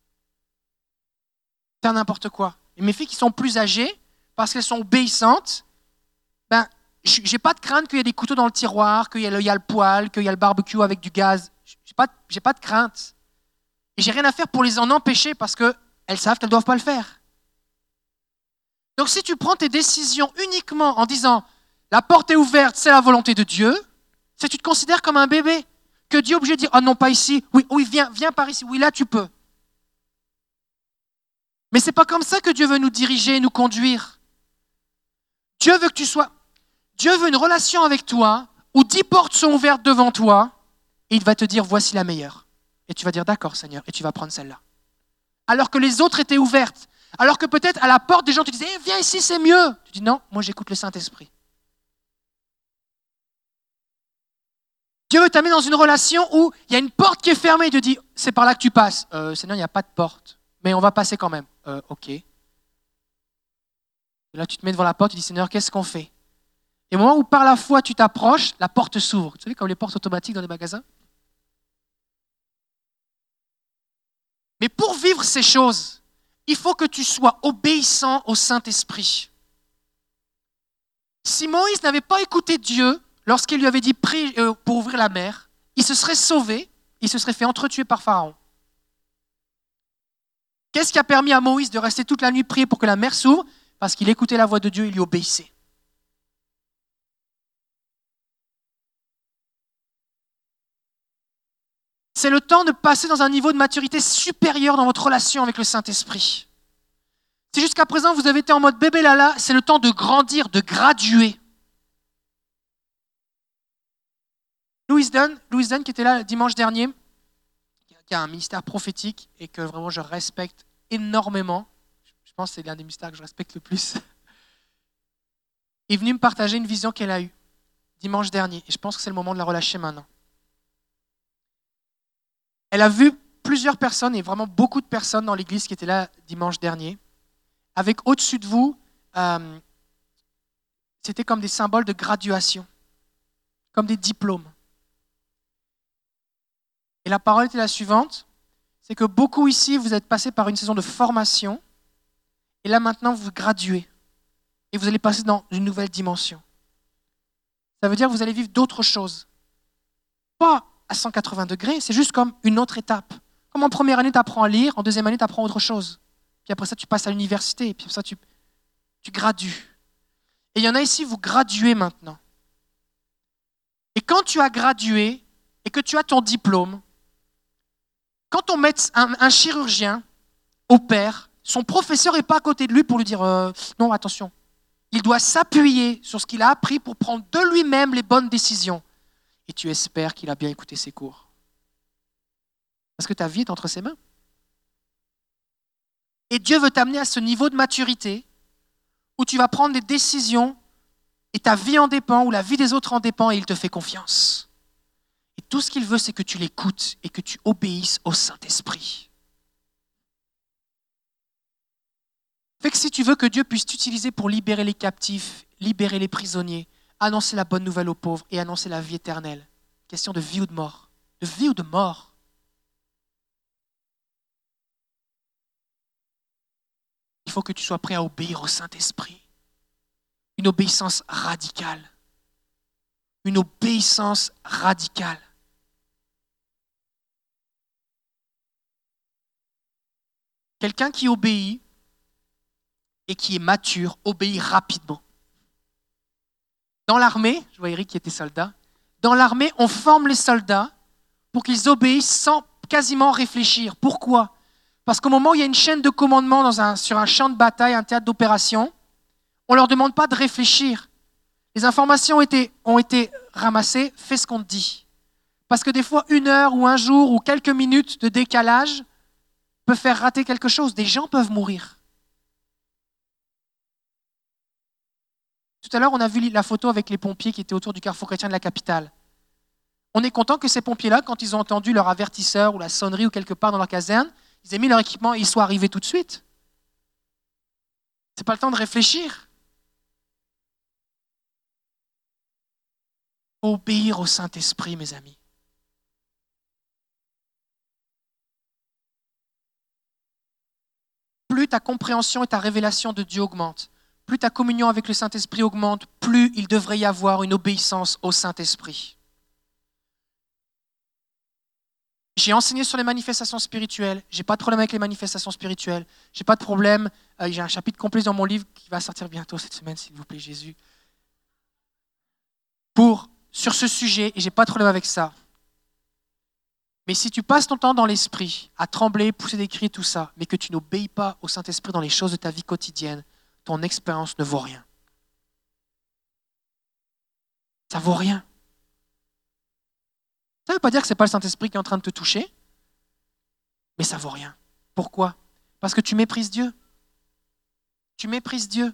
Speaker 1: Faire n'importe quoi. Et mes filles qui sont plus âgées, parce qu'elles sont obéissantes, ben, je n'ai pas de crainte qu'il y ait des couteaux dans le tiroir, qu'il y a le, il y a le poêle, qu'il y a le barbecue avec du gaz. Je n'ai pas, j'ai pas de crainte. Et j'ai rien à faire pour les en empêcher parce qu'elles savent qu'elles ne doivent pas le faire. Donc si tu prends tes décisions uniquement en disant « la porte est ouverte, c'est la volonté de Dieu », c'est que tu te considères comme un bébé, que Dieu est obligé de dire « ah non, pas ici, oui, oui, viens, viens par ici, oui, là tu peux ». Mais ce n'est pas comme ça que Dieu veut nous diriger, nous conduire. Dieu veut que tu sois... Dieu veut une relation avec toi où dix portes sont ouvertes devant toi et il va te dire « voici la meilleure ». Et tu vas dire « d'accord Seigneur » et tu vas prendre celle-là. Alors que les autres étaient ouvertes. Alors que peut-être à la porte, des gens te disaient hey, « viens ici, c'est mieux ». Tu dis « non, moi j'écoute le Saint-Esprit ». Dieu veut t'amener dans une relation où il y a une porte qui est fermée. Il te dit « c'est par là que tu passes euh, ». Seigneur, il n'y a pas de porte, mais on va passer quand même. Euh, ok. Et là, tu te mets devant la porte, tu dis « Seigneur, qu'est-ce qu'on fait ?» Et au moment où par la foi tu t'approches, la porte s'ouvre. Tu sais, comme les portes automatiques dans les magasins. Mais pour vivre ces choses, il faut que tu sois obéissant au Saint-Esprit. Si Moïse n'avait pas écouté Dieu lorsqu'il lui avait dit prie pour ouvrir la mer, il se serait sauvé, il se serait fait entretuer par Pharaon. Qu'est-ce qui a permis à Moïse de rester toute la nuit prier pour que la mer s'ouvre? Parce qu'il écoutait la voix de Dieu, il lui obéissait. C'est le temps de passer dans un niveau de maturité supérieur dans votre relation avec le Saint-Esprit. Si jusqu'à présent vous avez été en mode bébé lala, c'est le temps de grandir, de graduer. Louis Dunn, Louis Dunn qui était là dimanche dernier, qui a un ministère prophétique et que vraiment je respecte énormément, je pense que c'est l'un des ministères que je respecte le plus, est venu me partager une vision qu'elle a eue dimanche dernier. Et je pense que c'est le moment de la relâcher maintenant. Elle a vu plusieurs personnes, et vraiment beaucoup de personnes dans l'église qui étaient là dimanche dernier, avec au-dessus de vous, euh, c'était comme des symboles de graduation, comme des diplômes. Et la parole était la suivante, c'est que beaucoup ici, vous êtes passés par une saison de formation, et là maintenant vous graduez, et vous allez passer dans une nouvelle dimension. Ça veut dire que vous allez vivre d'autres choses. Pas à cent quatre-vingts degrés, c'est juste comme une autre étape. Comme en première année, tu apprends à lire, en deuxième année, tu apprends autre chose. Puis après ça, tu passes à l'université, et puis après ça, tu, tu gradues. Et il y en a ici, vous graduez maintenant. Et quand tu as gradué et que tu as ton diplôme, quand on met un, un chirurgien opère, son professeur n'est pas à côté de lui pour lui dire euh, « Non, attention ». Il doit s'appuyer sur ce qu'il a appris pour prendre de lui-même les bonnes décisions. Et tu espères qu'il a bien écouté ses cours. Parce que ta vie est entre ses mains. Et Dieu veut t'amener à ce niveau de maturité où tu vas prendre des décisions et ta vie en dépend, ou la vie des autres en dépend, et il te fait confiance. Et tout ce qu'il veut, c'est que tu l'écoutes et que tu obéisses au Saint-Esprit. Fait que si tu veux que Dieu puisse t'utiliser pour libérer les captifs, libérer les prisonniers, annoncer la bonne nouvelle aux pauvres et annoncer la vie éternelle, question de vie ou de mort, de vie ou de mort, il faut que tu sois prêt à obéir au Saint-Esprit. Une obéissance radicale. Une obéissance radicale. Quelqu'un qui obéit et qui est mature, obéit rapidement. Dans l'armée, je vois Eric qui était soldat, dans l'armée, on forme les soldats pour qu'ils obéissent sans quasiment réfléchir. Pourquoi ? Parce qu'au moment où il y a une chaîne de commandement dans un, sur un champ de bataille, un théâtre d'opération, on ne leur demande pas de réfléchir. Les informations ont été, ont été ramassées, fais ce qu'on te dit. Parce que des fois, une heure ou un jour ou quelques minutes de décalage peut faire rater quelque chose. Des gens peuvent mourir. Tout à l'heure, on a vu la photo avec les pompiers qui étaient autour du carrefour chrétien de la capitale. On est content que ces pompiers-là, quand ils ont entendu leur avertisseur ou la sonnerie ou quelque part dans leur caserne, ils aient mis leur équipement et ils soient arrivés tout de suite. Ce n'est pas le temps de réfléchir. Obéir au Saint-Esprit, mes amis. Plus ta compréhension et ta révélation de Dieu augmentent, plus ta communion avec le Saint-Esprit augmente, plus il devrait y avoir une obéissance au Saint-Esprit. J'ai enseigné sur les manifestations spirituelles. Je n'ai pas de problème avec les manifestations spirituelles. Je n'ai pas de problème. Euh, j'ai un chapitre complet dans mon livre qui va sortir bientôt cette semaine, s'il vous plaît, Jésus. Pour, sur ce sujet, et je n'ai pas de problème avec ça. Mais si tu passes ton temps dans l'esprit, à trembler, pousser des cris, tout ça, mais que tu n'obéis pas au Saint-Esprit dans les choses de ta vie quotidienne, ton expérience ne vaut rien. Ça ne vaut rien. Ça ne veut pas dire que ce n'est pas le Saint-Esprit qui est en train de te toucher, mais ça ne vaut rien. Pourquoi ? Parce que tu méprises Dieu. Tu méprises Dieu.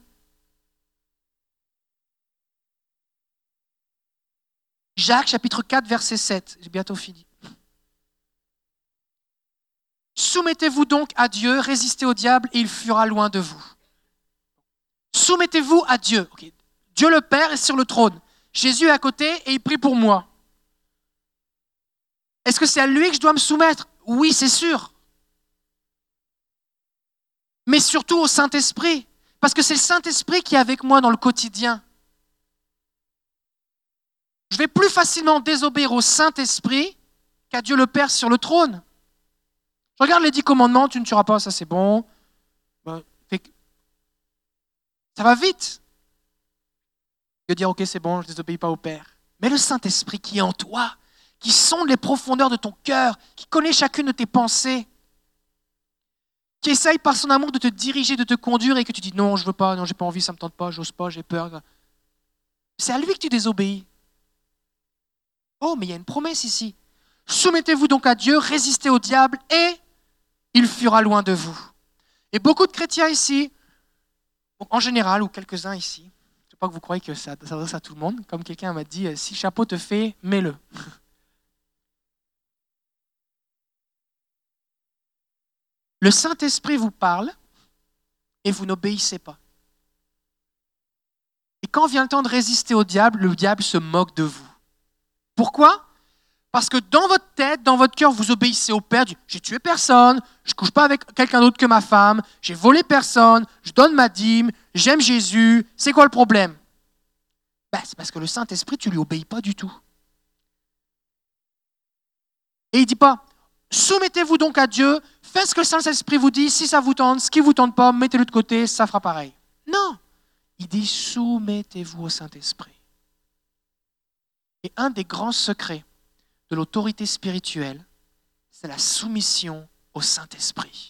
Speaker 1: Jacques, chapitre quatre, verset sept. J'ai bientôt fini. Soumettez-vous donc à Dieu, résistez au diable et il fuira loin de vous. Soumettez-vous à Dieu. Okay. Dieu le Père est sur le trône. Jésus est à côté et il prie pour moi. Est-ce que c'est à lui que je dois me soumettre ? Oui, c'est sûr. Mais surtout au Saint-Esprit. Parce que c'est le Saint-Esprit qui est avec moi dans le quotidien. Je vais plus facilement désobéir au Saint-Esprit qu'à Dieu le Père sur le trône. Je regarde les dix commandements, tu ne tueras pas, ça c'est bon. Ça va vite. Je vais dire, ok, c'est bon, je ne désobéis pas au Père. Mais le Saint-Esprit qui est en toi, qui sonde les profondeurs de ton cœur, qui connaît chacune de tes pensées, qui essaye par son amour de te diriger, de te conduire et que tu dis non, je ne veux pas, non, j'ai pas envie, ça ne me tente pas, j'ose pas, j'ai peur. C'est à lui que tu désobéis. Oh, mais il y a une promesse ici. Soumettez-vous donc à Dieu, résistez au diable et il fuira loin de vous. Et beaucoup de chrétiens ici, en général, ou quelques-uns ici, je ne sais pas que vous croyez que ça s'adresse à tout le monde, comme quelqu'un m'a dit, si chapeau te fait, mets-le. Le Saint-Esprit vous parle et vous n'obéissez pas. Et quand vient le temps de résister au diable, le diable se moque de vous. Pourquoi ? Parce que dans votre tête, dans votre cœur, vous obéissez au Père. J'ai tué personne, je ne couche pas avec quelqu'un d'autre que ma femme, j'ai volé personne, je donne ma dîme, j'aime Jésus. C'est quoi le problème ? Ben, c'est parce que le Saint-Esprit, tu ne lui obéis pas du tout. Et il ne dit pas, soumettez-vous donc à Dieu, faites ce que le Saint-Esprit vous dit, si ça vous tente, ce qui ne vous tente pas, mettez-le de côté, ça fera pareil. Non, il dit soumettez-vous au Saint-Esprit. Et un des grands secrets de l'autorité spirituelle, c'est la soumission au Saint-Esprit.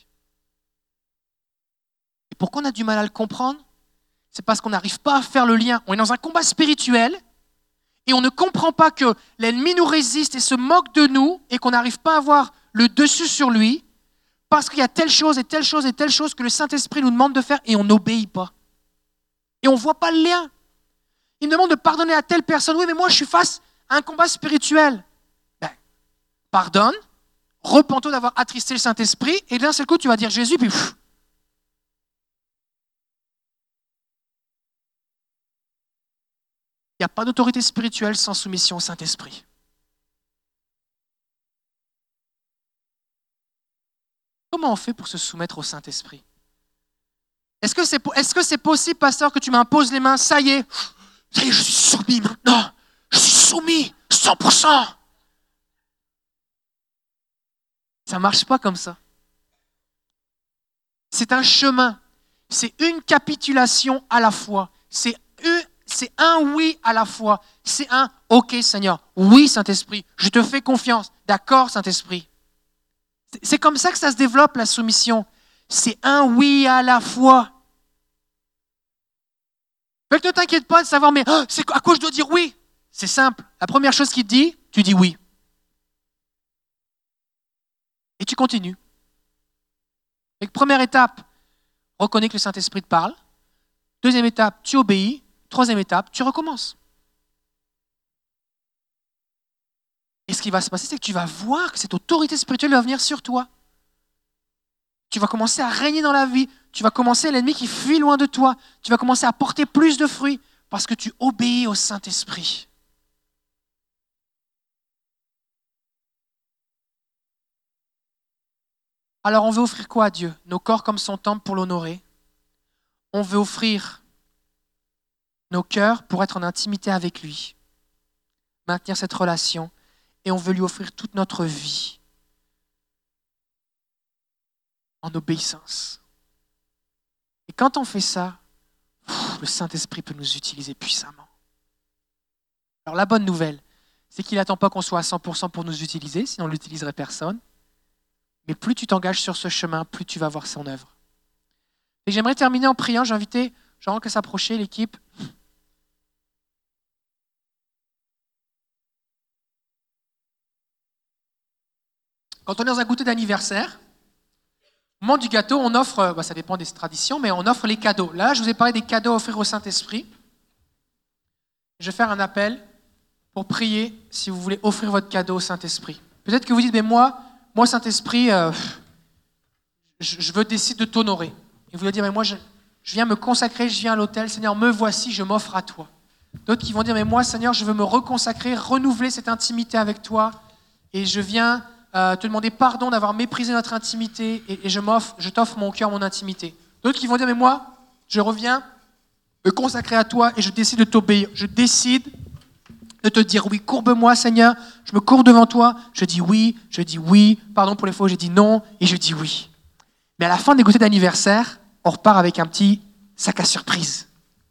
Speaker 1: Et pourquoi on a du mal à le comprendre? C'est parce qu'on n'arrive pas à faire le lien. On est dans un combat spirituel et on ne comprend pas que l'ennemi nous résiste et se moque de nous et qu'on n'arrive pas à avoir le dessus sur lui parce qu'il y a telle chose et telle chose et telle chose que le Saint-Esprit nous demande de faire et on n'obéit pas. Et on ne voit pas le lien. Il me demande de pardonner à telle personne. Oui, mais moi, je suis face à un combat spirituel. Ben, pardonne, repens-toi d'avoir attristé le Saint-Esprit et d'un seul coup, tu vas dire Jésus, puis pff. Il n'y a pas d'autorité spirituelle sans soumission au Saint-Esprit. Comment on fait pour se soumettre au Saint-Esprit? Est-ce que c'est, est-ce que c'est possible, pasteur, que tu m'imposes les mains? Ça y est, ça y est, je suis soumis maintenant. Je suis soumis, cent pour cent. Ça ne marche pas comme ça. C'est un chemin. C'est une capitulation à la fois. C'est une C'est un oui à la fois. C'est un « Ok, Seigneur. Oui, Saint-Esprit. Je te fais confiance. D'accord, Saint-Esprit. » C'est comme ça que ça se développe, la soumission. C'est un oui à la fois. Fait que ne t'inquiète pas de savoir, mais oh, c'est à quoi je dois dire oui? C'est simple. La première chose qu'il te dit, tu dis oui. Et tu continues. Donc, première étape, reconnais que le Saint-Esprit te parle. Deuxième étape, tu obéis. Troisième étape, tu recommences. Et ce qui va se passer, c'est que tu vas voir que cette autorité spirituelle va venir sur toi. Tu vas commencer à régner dans la vie. Tu vas commencer l'ennemi qui fuit loin de toi. Tu vas commencer à porter plus de fruits parce que tu obéis au Saint-Esprit. Alors on veut offrir quoi à Dieu? Nos corps comme son temple pour l'honorer. On veut offrir nos cœurs pour être en intimité avec lui, maintenir cette relation, et on veut lui offrir toute notre vie en obéissance. Et quand on fait ça, pff, le Saint-Esprit peut nous utiliser puissamment. Alors la bonne nouvelle, c'est qu'il n'attend pas qu'on soit à cent pour cent pour nous utiliser, sinon on ne l'utiliserait personne. Mais plus tu t'engages sur ce chemin, plus tu vas voir son œuvre. Et j'aimerais terminer en priant, j'ai invité Jean à s'approcher, l'équipe. Quand on est dans un goûter d'anniversaire, au moment du gâteau, on offre, bah ça dépend des traditions, mais on offre les cadeaux. Là, je vous ai parlé des cadeaux à offrir au Saint-Esprit. Je vais faire un appel pour prier si vous voulez offrir votre cadeau au Saint-Esprit. Peut-être que vous dites, mais moi, moi Saint-Esprit, euh, je, je veux décider de t'honorer. Et vous allez dire, mais moi, je, je viens me consacrer, je viens à l'autel. Seigneur, me voici, je m'offre à toi. D'autres qui vont dire, mais moi, Seigneur, je veux me reconsacrer, renouveler cette intimité avec toi. Et je viens euh, te demander pardon d'avoir méprisé notre intimité. Et, et je m'offre, je t'offre mon cœur, mon intimité. D'autres qui vont dire, mais moi, je reviens me consacrer à toi et je décide de t'obéir. Je décide de te dire oui, courbe-moi, Seigneur. Je me courbe devant toi. Je dis oui, je dis oui. Pardon pour les fois où j'ai dit non et je dis oui. Mais à la fin des goûters d'anniversaire, on repart avec un petit sac à surprise.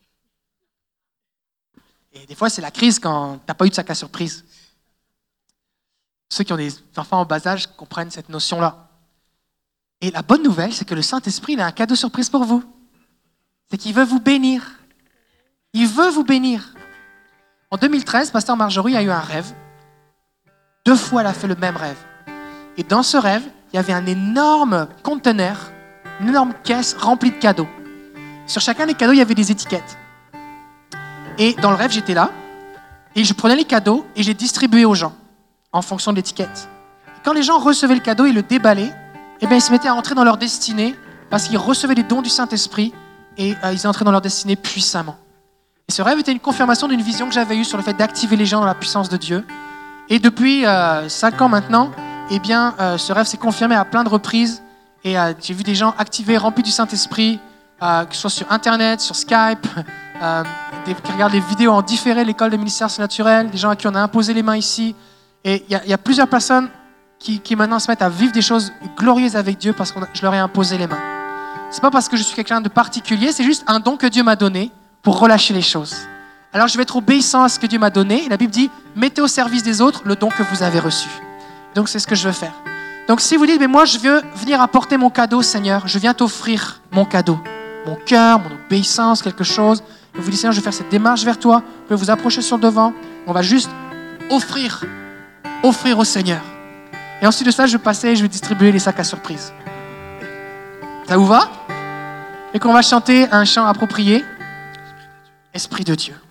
Speaker 1: Et des fois, c'est la crise quand tu n'as pas eu de sac à surprise. Ceux qui ont des enfants en bas âge comprennent cette notion-là. Et la bonne nouvelle, c'est que le Saint-Esprit, il a un cadeau surprise pour vous. C'est qu'il veut vous bénir. Il veut vous bénir. En deux mille treize, Pasteur Marjorie a eu un rêve. Deux fois, elle a fait le même rêve. Et dans ce rêve, il y avait un énorme conteneur, une énorme caisse remplie de cadeaux. Sur chacun des cadeaux, il y avait des étiquettes. Et dans le rêve, j'étais là, et je prenais les cadeaux et je les distribuais aux gens, en fonction de l'étiquette. Et quand les gens recevaient le cadeau, ils le déballaient, et bien ils se mettaient à entrer dans leur destinée, parce qu'ils recevaient les dons du Saint-Esprit, et euh, ils entraient dans leur destinée puissamment. Et ce rêve était une confirmation d'une vision que j'avais eue sur le fait d'activer les gens dans la puissance de Dieu. Et depuis euh, cinq ans maintenant, eh bien, euh, ce rêve s'est confirmé à plein de reprises. Et euh, j'ai vu des gens activés, remplis du Saint-Esprit, euh, que ce soit sur Internet, sur Skype, euh, des, qui regardent les vidéos en différé, l'école des ministères surnaturels, des gens à qui on a imposé les mains ici. Et il y, y a plusieurs personnes qui, qui maintenant se mettent à vivre des choses glorieuses avec Dieu parce que je leur ai imposé les mains. C'est pas parce que je suis quelqu'un de particulier, c'est juste un don que Dieu m'a donné pour relâcher les choses. Alors je vais être obéissant à ce que Dieu m'a donné. Et la Bible dit, mettez au service des autres le don que vous avez reçu. Donc c'est ce que je veux faire. Donc si vous dites, mais moi je veux venir apporter mon cadeau, Seigneur, je viens t'offrir mon cadeau, mon cœur, mon obéissance, quelque chose. Et vous dites, Seigneur, je vais faire cette démarche vers toi. Vous pouvez vous approcher sur le devant. On va juste offrir, offrir au Seigneur. Et ensuite de ça, je vais passer et je vais distribuer les sacs à surprise. Ça vous va? Et qu'on va chanter un chant approprié. Esprit de Dieu.